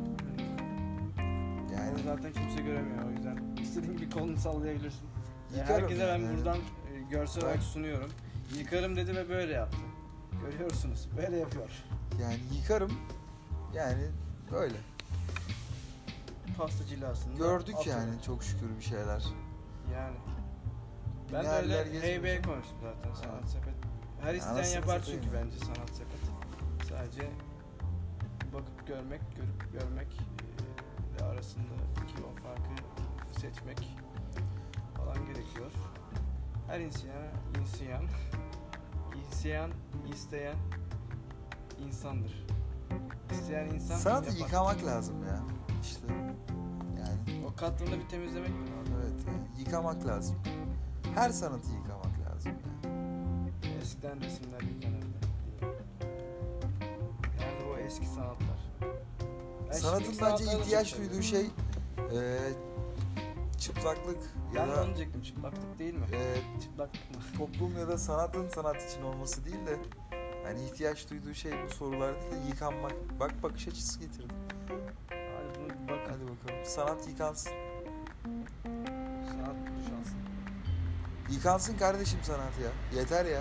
Yani Yani zaten kimse göremiyor o yüzden. İstediğin bir kolunu sallayabilirsin. Ve yıkarım herkese yani. ben buradan e, görsel olarak sunuyorum. Yıkarım dedi ve böyle yaptı. Görüyorsunuz. Böyle yapıyor. Yani yıkarım. Yani böyle. Pasta cilasını Gördük atıyor. yani çok şükür bir şeyler. Yani. Ben de Nereler öyle gezmiş. heybeye konuştum zaten sanat Ha. sepet. Her isteyen Anasını yapar satayım çünkü ya. bence sanat sepet. Sadece bakıp görmek, görüp görmek e, arasındaki o farkı seçmek falan gerekiyor. Her insana insiyan, insiyan, isteyen insandır. İsteyen insan Sanatı yapar. yıkamak lazım ya. İşte yani O katlığında bir temizlemek mi lazım? evet yani yıkamak lazım. Her sanatı yıkamak lazım yani. Eskiden resimler yıkanırdı diye. Nerede o eski sanatlar? Ben Sanatın şimdiki bence sanatları da ihtiyaç çok duyduğu seviyorum. şey e, çıplaklık ya Ben de da onu diyecektim, çıplaklık değil mi? e, Çıplaklık mı? toplum ya da sanatın sanat için olması değil de yani ihtiyaç duyduğu şey bu sorular değil de yıkanmak. Bak bakış açısı getirdim. Hadi bunu bir bakın. Hadi bakalım. Sanat yıkansın. Sanat buluşansın. Yıkansın kardeşim sanat ya. Yeter ya.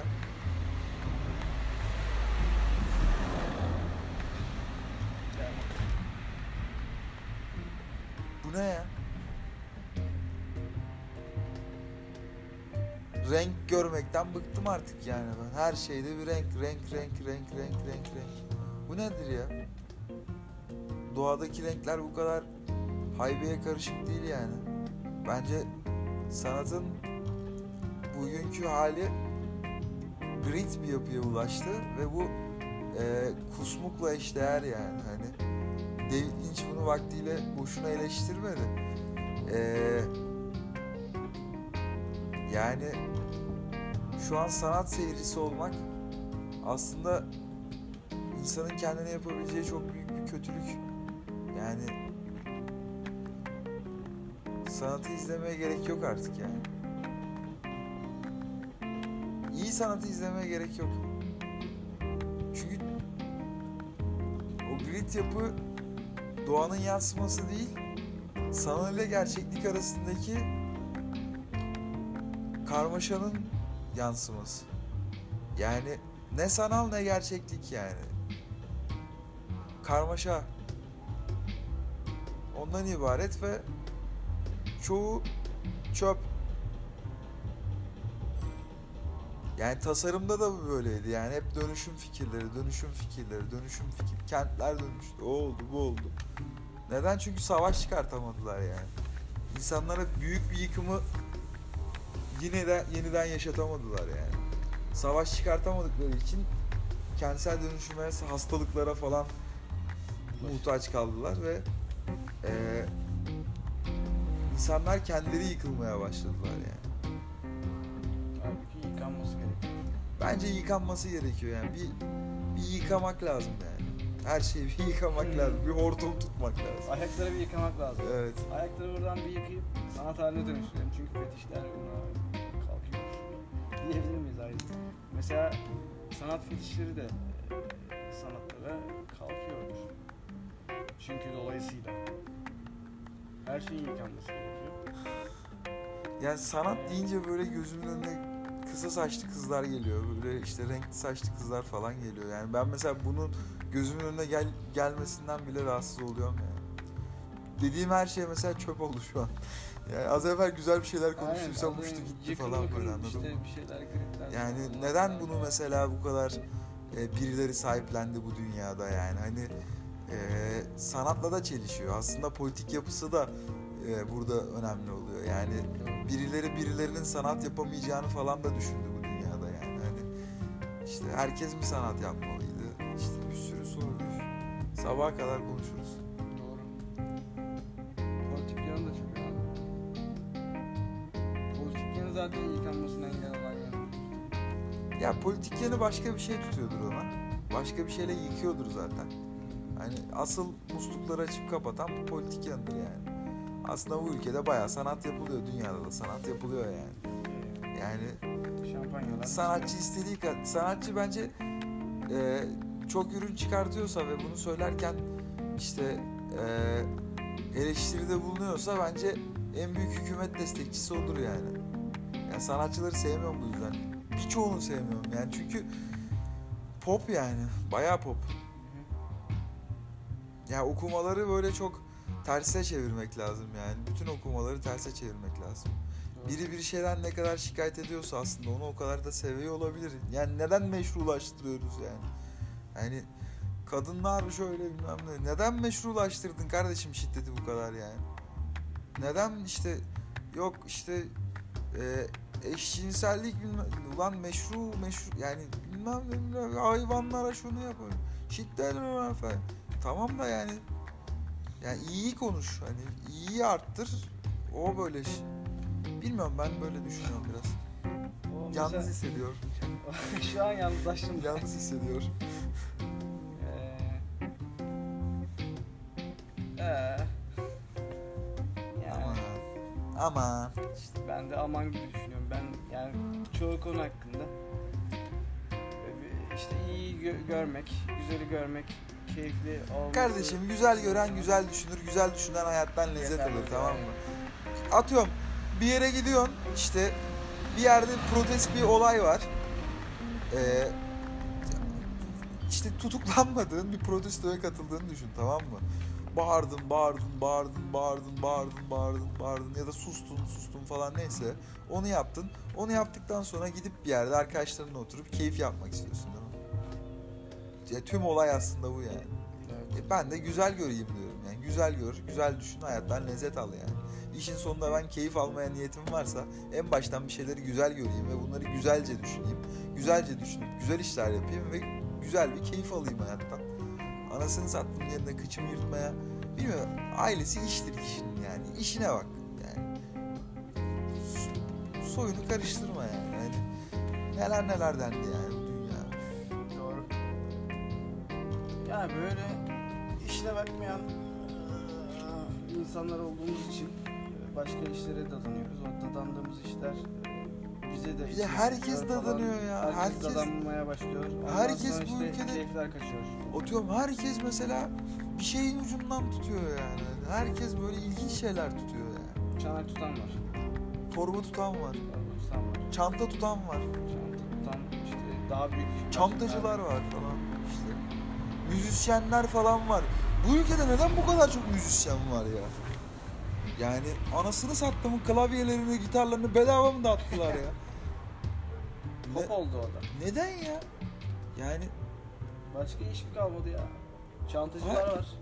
Yani Bu ne ya? Renk görmekten bıktım artık yani ben. Her şeyde bir renk, renk, renk, renk, renk, renk, renk. Bu nedir ya? Doğadaki renkler bu kadar haybeye karışık değil yani. Bence sanatın bugünkü hali grit bir yapıya ulaştı ve bu e, kusmukla eşdeğer yani. Hani David Lynch bunu vaktiyle boşuna eleştirmedi. Eee Yani şu an sanat seyircisi olmak aslında insanın kendine yapabileceği çok büyük bir kötülük. Yani sanatı izlemeye gerek yok artık yani. İyi sanatı izlemeye gerek yok. Çünkü o grit yapı doğanın yansıması değil, sanal ile gerçeklik arasındaki karmaşanın yansıması. Yani ne sanal ne gerçeklik yani. Karmaşa. Ondan ibaret ve çoğu çöp. Yani tasarımda da bu böyleydi. Yani hep dönüşüm fikirleri, dönüşüm fikirleri, dönüşüm fikir. Kentler dönüştü. O oldu, bu oldu. Neden? Çünkü savaş çıkartamadılar yani. İnsanlara büyük bir yıkımı yine de yeniden yaşatamadılar yani. Savaş çıkartamadıkları için kentsel dönüşüme, hastalıklara falan muhtaç kaldılar ve e, insanlar kendileri yıkılmaya başladılar yani. halbuki yıkanması gerekiyor. Bence yıkanması gerekiyor yani. Bir, bir yıkamak lazım yani. Her şeyi bir yıkamak lazım. Bir hortum tutmak lazım. Ayakları bir yıkamak lazım. Evet. Ayakları buradan bir yıkayıp sanat haline dönüştürelim. Çünkü fetişler buna kalkıyor. Diyebilir miyiz ayrıca? Mesela sanat fetişleri de e, sanatlara kalkıyordur. Çünkü dolayısıyla her şeyin yıkanması gerekiyor. Yani sanat deyince böyle gözümün önüne kısa saçlı kızlar geliyor. Böyle işte renkli saçlı kızlar falan geliyor. Yani ben mesela bunun gözümün önüne gel gelmesinden bile rahatsız oluyorum yani. Dediğim her şey mesela çöp oldu şu an. Yani az evvel güzel bir şeyler konuştuysam Aynen, uçtu az gitti yıkım falan yıkım böyle, anladın işte mı? bir şeyler gripler. Yani neden bunu mesela bu kadar e, birileri sahiplendi bu dünyada yani hani e, sanatla da çelişiyor. Aslında politik yapısı da e, burada önemli oluyor. Yani birileri birilerinin sanat yapamayacağını falan da düşündü bu dünyada yani. Hani işte herkes mi sanat yapmalıydı? İşte bir sürü soru. Sabaha kadar konuşuruz. Doğru. Politik yanı da çok önemli. Politik yanı zaten yıkanmasına engel olan yanı. Ya politik yanı başka bir şey tutuyordur ona. Başka bir şeyle yıkıyordur zaten. Hani asıl muslukları açıp kapatan bu politik yanıdır yani. Aslında bu ülkede bayağı sanat yapılıyor. Dünyada da sanat yapılıyor yani. Yani sanatçı istediği kadar... Sanatçı bence e, çok ürün çıkartıyorsa ve bunu söylerken işte e, eleştiride bulunuyorsa bence en büyük hükümet destekçisi odur yani. Yani sanatçıları sevmiyorum bu yüzden. Birçoğunu sevmiyorum yani çünkü pop yani. Bayağı pop. Ya yani okumaları böyle çok terse çevirmek lazım yani. Bütün okumaları terse çevirmek lazım. Biri bir şeyden ne kadar şikayet ediyorsa aslında onu o kadar da seviyor olabilir. Yani neden meşrulaştırıyoruz yani? Yani kadınlar şöyle bilmem ne. Neden meşrulaştırdın kardeşim şiddeti bu kadar yani? Neden işte yok işte e, eşcinsellik bilmem, ulan meşru meşru yani bilmem ne hayvanlara şunu yapıyor. Şiddet mi efendim? Tamam da yani yani iyi konuş hani iyi arttır o böyle şey. Bilmiyorum ben böyle düşünüyorum biraz. O yalnız mesela... hissediyor. Şu an yalnızlaştım. Yalnız hissediyor. Ee, ee, yani. Aman. Aman. İşte ben de aman gibi düşünüyorum. Ben yani çoğu konu hakkında işte iyi gö- görmek, güzeli görmek, keyifli olması. Kardeşim güzel gören güzel düşünür, güzel düşünen hayattan lezzet alır tamam mı? Atıyorum bir yere gidiyorsun işte bir yerde protest bir olay var. Ee, işte tutuklanmadığın bir protestoya katıldığını düşün tamam mı? Bağırdın, bağırdın, bağırdın, bağırdın, bağırdın, bağırdın, bağırdın ya da sustun, sustun falan neyse onu yaptın. Onu yaptıktan sonra gidip bir yerde arkadaşlarınla oturup keyif yapmak istiyorsun değil mi? Ya, tüm olay aslında bu yani. Evet. E, ben de güzel göreyim diyorum yani. Güzel gör, güzel düşün, hayattan lezzet al yani. İşin sonunda ben keyif almaya niyetim varsa en baştan bir şeyleri güzel göreyim ve bunları güzelce düşüneyim. Güzelce düşünüp güzel işler yapayım ve güzel bir keyif alayım hayattan. Anasını sattığım yerine kıçımı yırtmaya bilmiyorum. Ailesi iştir kişinin yani. İşine bak yani. Soyunu karıştırma yani. yani neler neler dendi yani dünya. Doğru. Yani böyle işine bakmayan insanlar olduğumuz için başka işlere dadanıyoruz. O dadandığımız işler bize de... Bir de herkes dadanıyor ya. Herkes, herkes dadanmaya başlıyor. Ondan herkes bu işte ülkede... keyifler kaçıyor. Atıyorum herkes mesela bir şeyin ucundan tutuyor yani. Herkes böyle ilginç şeyler tutuyor yani. Çanak tutan var. Torba tutan var. Torba tutan var. Çanta tutan var. Çanta tutan işte daha büyük... Çantacılar var falan işte. Müzisyenler falan var. Bu ülkede neden bu kadar çok müzisyen var ya? Yani anasını sattığımın klavyelerini, gitarlarını bedava mı dağıttılar ya? Pop oldu orada. Neden ya? Yani başka iş mi kalmadı ya? Çantacılar Ay- var.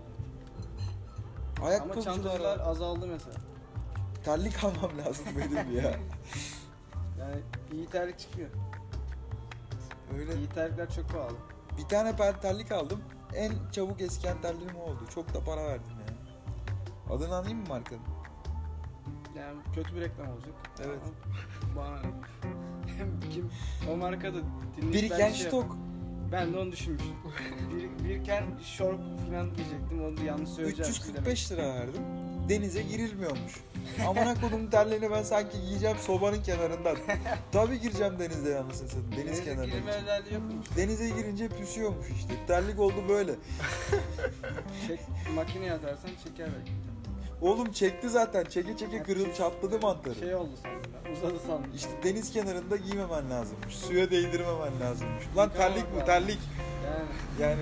Ama çantacılar var. Azaldı mesela. Terlik almam lazım benim ya. Yani iyi terlik çıkmıyor. Öyle. İyi terlikler çok pahalı. Bir tane ben terlik aldım. En çabuk eskiyen terliğim oldu. Çok da para verdim yani. Adını anlayayım mı markanın? Yani kötü bir reklam olacak. Evet. Bana kim o markada Biriken stok. Şey, ben de onu düşünmüştüm. bir, biriken şork falan diyecektim. Onu da yanlış söyleyeceğim. üç yüz kırk beş lira verdim. Denize girilmiyormuş. Amına kodum terliğini ben sanki giyeceğim sobanın kenarından. Tabii gireceğim denize yalnızsın sen. Deniz Denize kenarında. Denize girme özelliği yokmuş. Denize girince püsüyormuş işte. Terlik oldu böyle. Çek, makineye atarsan çeker belki. Oğlum çekti zaten. Çeke çeke kırılıp çatladı mantarı. Şey oldu sandım. Uzadı sandım. İşte deniz kenarında giymemen lazımmış. Suya değdirmemen lazımmış. Lan terlik bu terlik. Yani. Yani.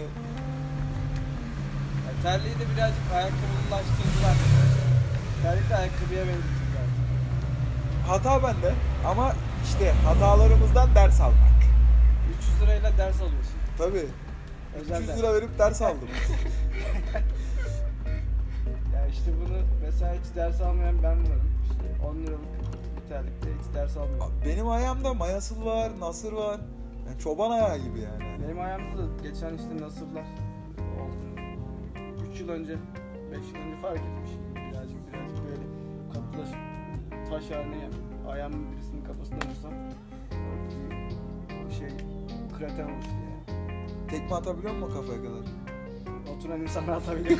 yani terliği de birazcık ayakkabılaştırdılar. Terlik de ayakkabıya benzettiler. Hata bende ama işte hatalarımızdan ders almak. üç yüz lirayla ders alıyorsun. Tabii. Özel üç yüz ders. lira verip ders aldım. Ya işte bunu mesela hiç ders almayan ben varım. İşte on liralık bir terlikte hiç ders almıyorum. Benim ayağımda mayasıl var, nasır var. Yani çoban ayağı gibi yani. Benim ayağımda da geçen işte nasırlar oldu. üç yıl önce, beş yıl önce fark etmişim. Birazcık birazcık böyle katılaşıp taş haline yapıp ayağımın birisinin kafasına vursam bir şey krater oluştu yani. Tekme atabiliyor musun kafaya kadar? Oturan insanlar atabiliyor.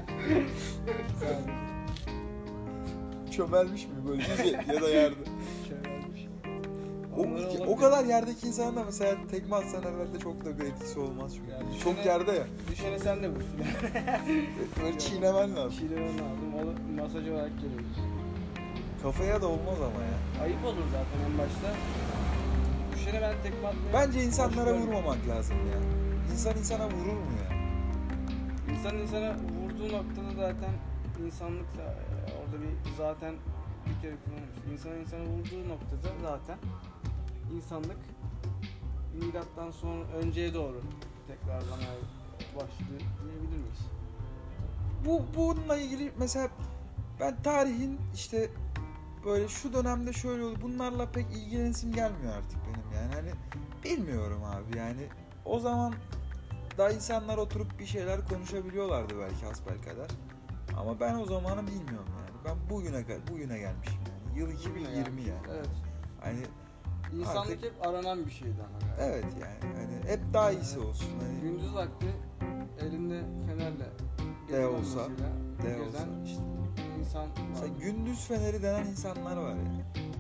Çömelmiş mi böyle ya da yerde? Çömelmiş. O, o kadar yerdeki insanın da mesela tekme atsan herhalde çok da bir etkisi olmaz çünkü. Yani çok düşene, yerde ya. Düşene sen de vur. Böyle çiğnemen lazım. Çiğnemen lazım. O masaj olarak geliyoruz. Kafaya da olmaz ama ya. Ayıp olur zaten en başta. Düşene ben tekme atmayayım. Bence insanlara vurmamak lazım ya. İnsan insana vurur mu ya? İnsan insana vurduğu noktada zaten insanlık orada bir zaten bir kere kullanılmış. İnsan insana vurduğu noktada zaten insanlık milattan sonra önceye doğru tekrarlamaya başladı diyebilir miyiz? Bu bununla ilgili mesela ben tarihin işte böyle şu dönemde şöyle oldu. Bunlarla pek ilgilenesim gelmiyor artık benim yani. Hani bilmiyorum abi yani. O zaman daha insanlar oturup bir şeyler konuşabiliyorlardı belki hasbelkader. Ama ben o zamanı bilmiyorum yani. Ben bugüne bugüne gelmişim yani. Yıl iki bin yirmi yani. Evet. Hani İnsanlık artık, hep aranan bir şeydi ama. Yani. Evet yani. Hani hep daha iyisi olsun. Hani gündüz vakti elinde fenerle de olsa, de gezen olsa işte insan mesela gündüz feneri denen insanlar var yani.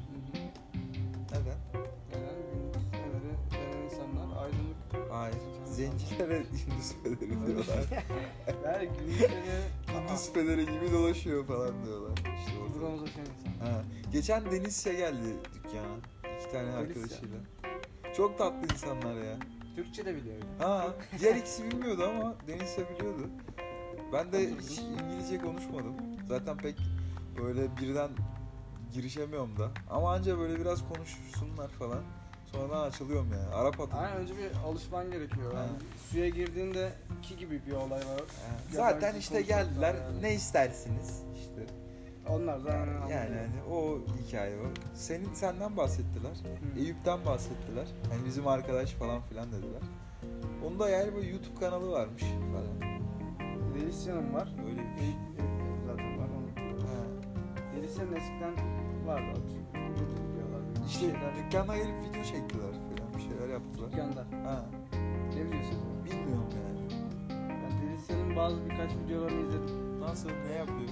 Neden? Neden? Gündüz feneri denen insanlar aydınlık. Hayır. Zencilere gündüz feneri diyorlar. Yani gündüz feneri gündüz feneri gibi dolaşıyor falan diyorlar. İşte bronz açan insan. Ha. Geçen Denizse geldi dükkana. İki tane Deniz arkadaşıyla. Ya. Çok tatlı insanlar ya. Türkçe de biliyor. Ha, diğer ikisi bilmiyordu ama Denizse biliyordu. Ben de hiç İngilizce konuşmadım. Zaten pek böyle birden girişemiyorum da. Ama anca böyle biraz konuşsunlar falan. Sonradan açılıyorum yani. Arap atı. Aynen, önce bir alışman gerekiyor. Yani suya girdiğinde ki gibi bir olay var. Ha. Zaten işte geldiler. Yani. Ne istersiniz? İşte. Onlar da yani, yani hani o hikaye o. Senin senden bahsettiler. Hı. Eyüp'ten bahsettiler. Hani bizim arkadaş falan filan dediler. Onun da yani böyle YouTube kanalı varmış falan. Delicia'nın var. Öyle bir şey. Zaten var onun. Delicia'nın eskiden vardı. İşte şeyler. Dükkana gelip video çektiler falan, bir şeyler yaptılar. Dükkanda. Ha. Ne biliyorsun? Bilmiyorum yani. Ben Delicia'nın bazı birkaç videolarını izledim. Nasıl? Ne yapıyor?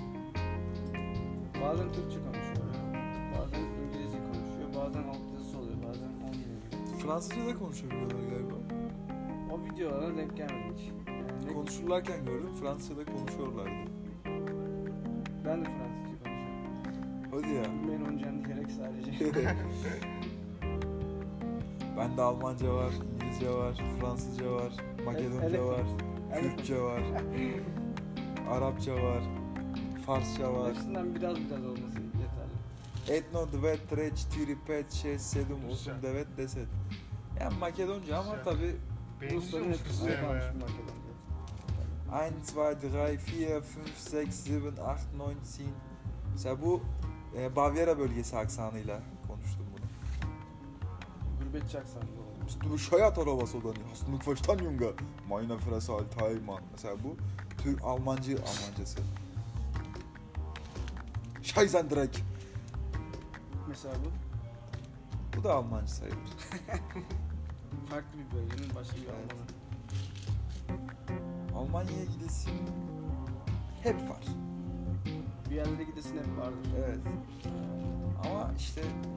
Bazen Türkçe konuşuyor, bazen İngilizce konuşuyor, bazen alt yazısı oluyor, bazen on Fransızca da konuşabiliyorlar galiba. O videolara denk gelmedim hiç. Yani konuşurlarken gördüm, Fransızca'da konuşuyorlardı. Ben de Fransızca konuşuyorum. Hadi ya. Ben oynayacağım diyerek sadece. Bende Almanca var, İngilizce var, Fransızca var, Makedonca Elef. var, Kürtçe var, Arapça var, Farsça var. Hepsinden biraz biraz olması yeterli. Etno, dvet, treç, tiri, pet, şes, sedum, usum, devet, deset. Yani Makedonca ama tabi Rusların etkisi kalmış Makedonca. bir, iki, üç, dört, beş, altı, yedi, sekiz, dokuz, on. Mesela bu e, Bavyera bölgesi aksanıyla konuştum bunu. Gurbetçi aksanı bu. Du Scheuert oder was oder nicht? Hast du mich verstanden, Junge? Meine Fresse, Alter, Mann. Mesela bu Türk Almancı Almancası. Scheißendreck. Mesela bu? Bu da Almancı sayılır. Farklı bir bölgenin başka bir evet. Almanı. Almanya'ya gidesin hep var. Bir yerlere gidesin hep vardır. Evet. Ama işte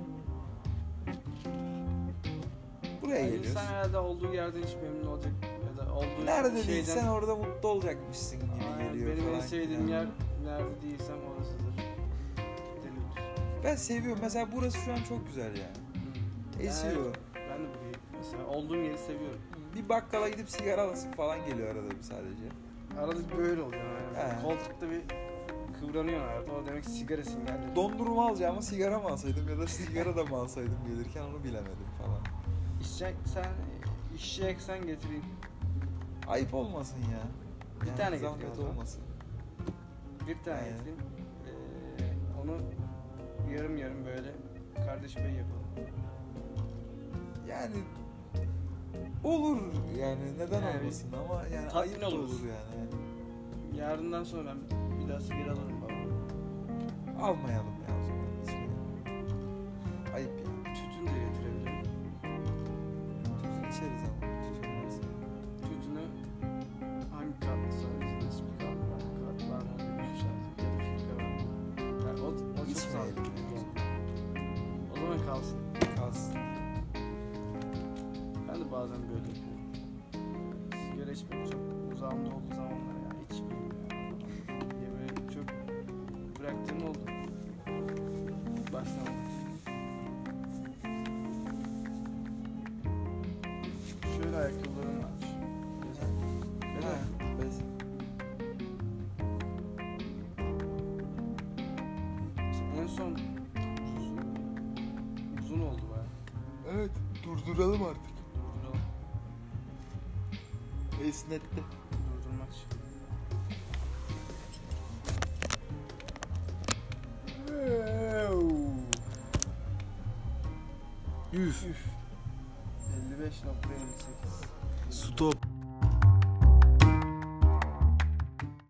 buraya yani geliyoruz. İnsan herhalde olduğu yerden hiç memnun olacak ya da olduğu nerede şeyden... değilsen orada mutlu olacakmışsın gibi Aynen, geliyor benim falan. Benim en sevdiğim yer nerede değilsem orasıdır. Denilir. Ben seviyorum. Mesela burası şu an çok güzel yani. Hı. Esiyor. Yani, ben de burayı mesela olduğum yeri seviyorum. Bir bakkala gidip sigara alasın falan geliyor arada bir sadece. Arada bir böyle oluyor yani. Koltukta bir kıvranıyor hayatım. O demek sigara sinyalleri. Dondurma alacağıma sigara mı alsaydım ya da sigara da mı alsaydım gelirken onu bilemedim falan. İçecek sen, içeceksen getireyim. Ayıp olmasın ya. Bir yani tane zahmet getireyim olmasın. Bir tane yani. getireyim. Ee, onu yarım yarım böyle kardeş pay yapalım. Yani olur yani neden yani, olmasın ama yani ayıp da olur yani. Yarından sonra bir daha sigara alırım baba. Almayalım ya o zaman. İçmeyelim. Ayıp ya. Tütün de getirebilirim. Tütün içeriz ama. bazen böyle yapıyorum. Sigara içmek çok uzağımda olduğu zamanlar ya içmeyeyim ya. Diye böyle çok bıraktığım oldu. Başlamadım. Şöyle ayakkabılarım var. Güzel. Güzel. Bez. En son uzun, uzun oldu baya. Evet, durduralım artık. Durduralım. Esnetti. Durdurmak için. Üf. elli beş nokta elli sekiz. Stop.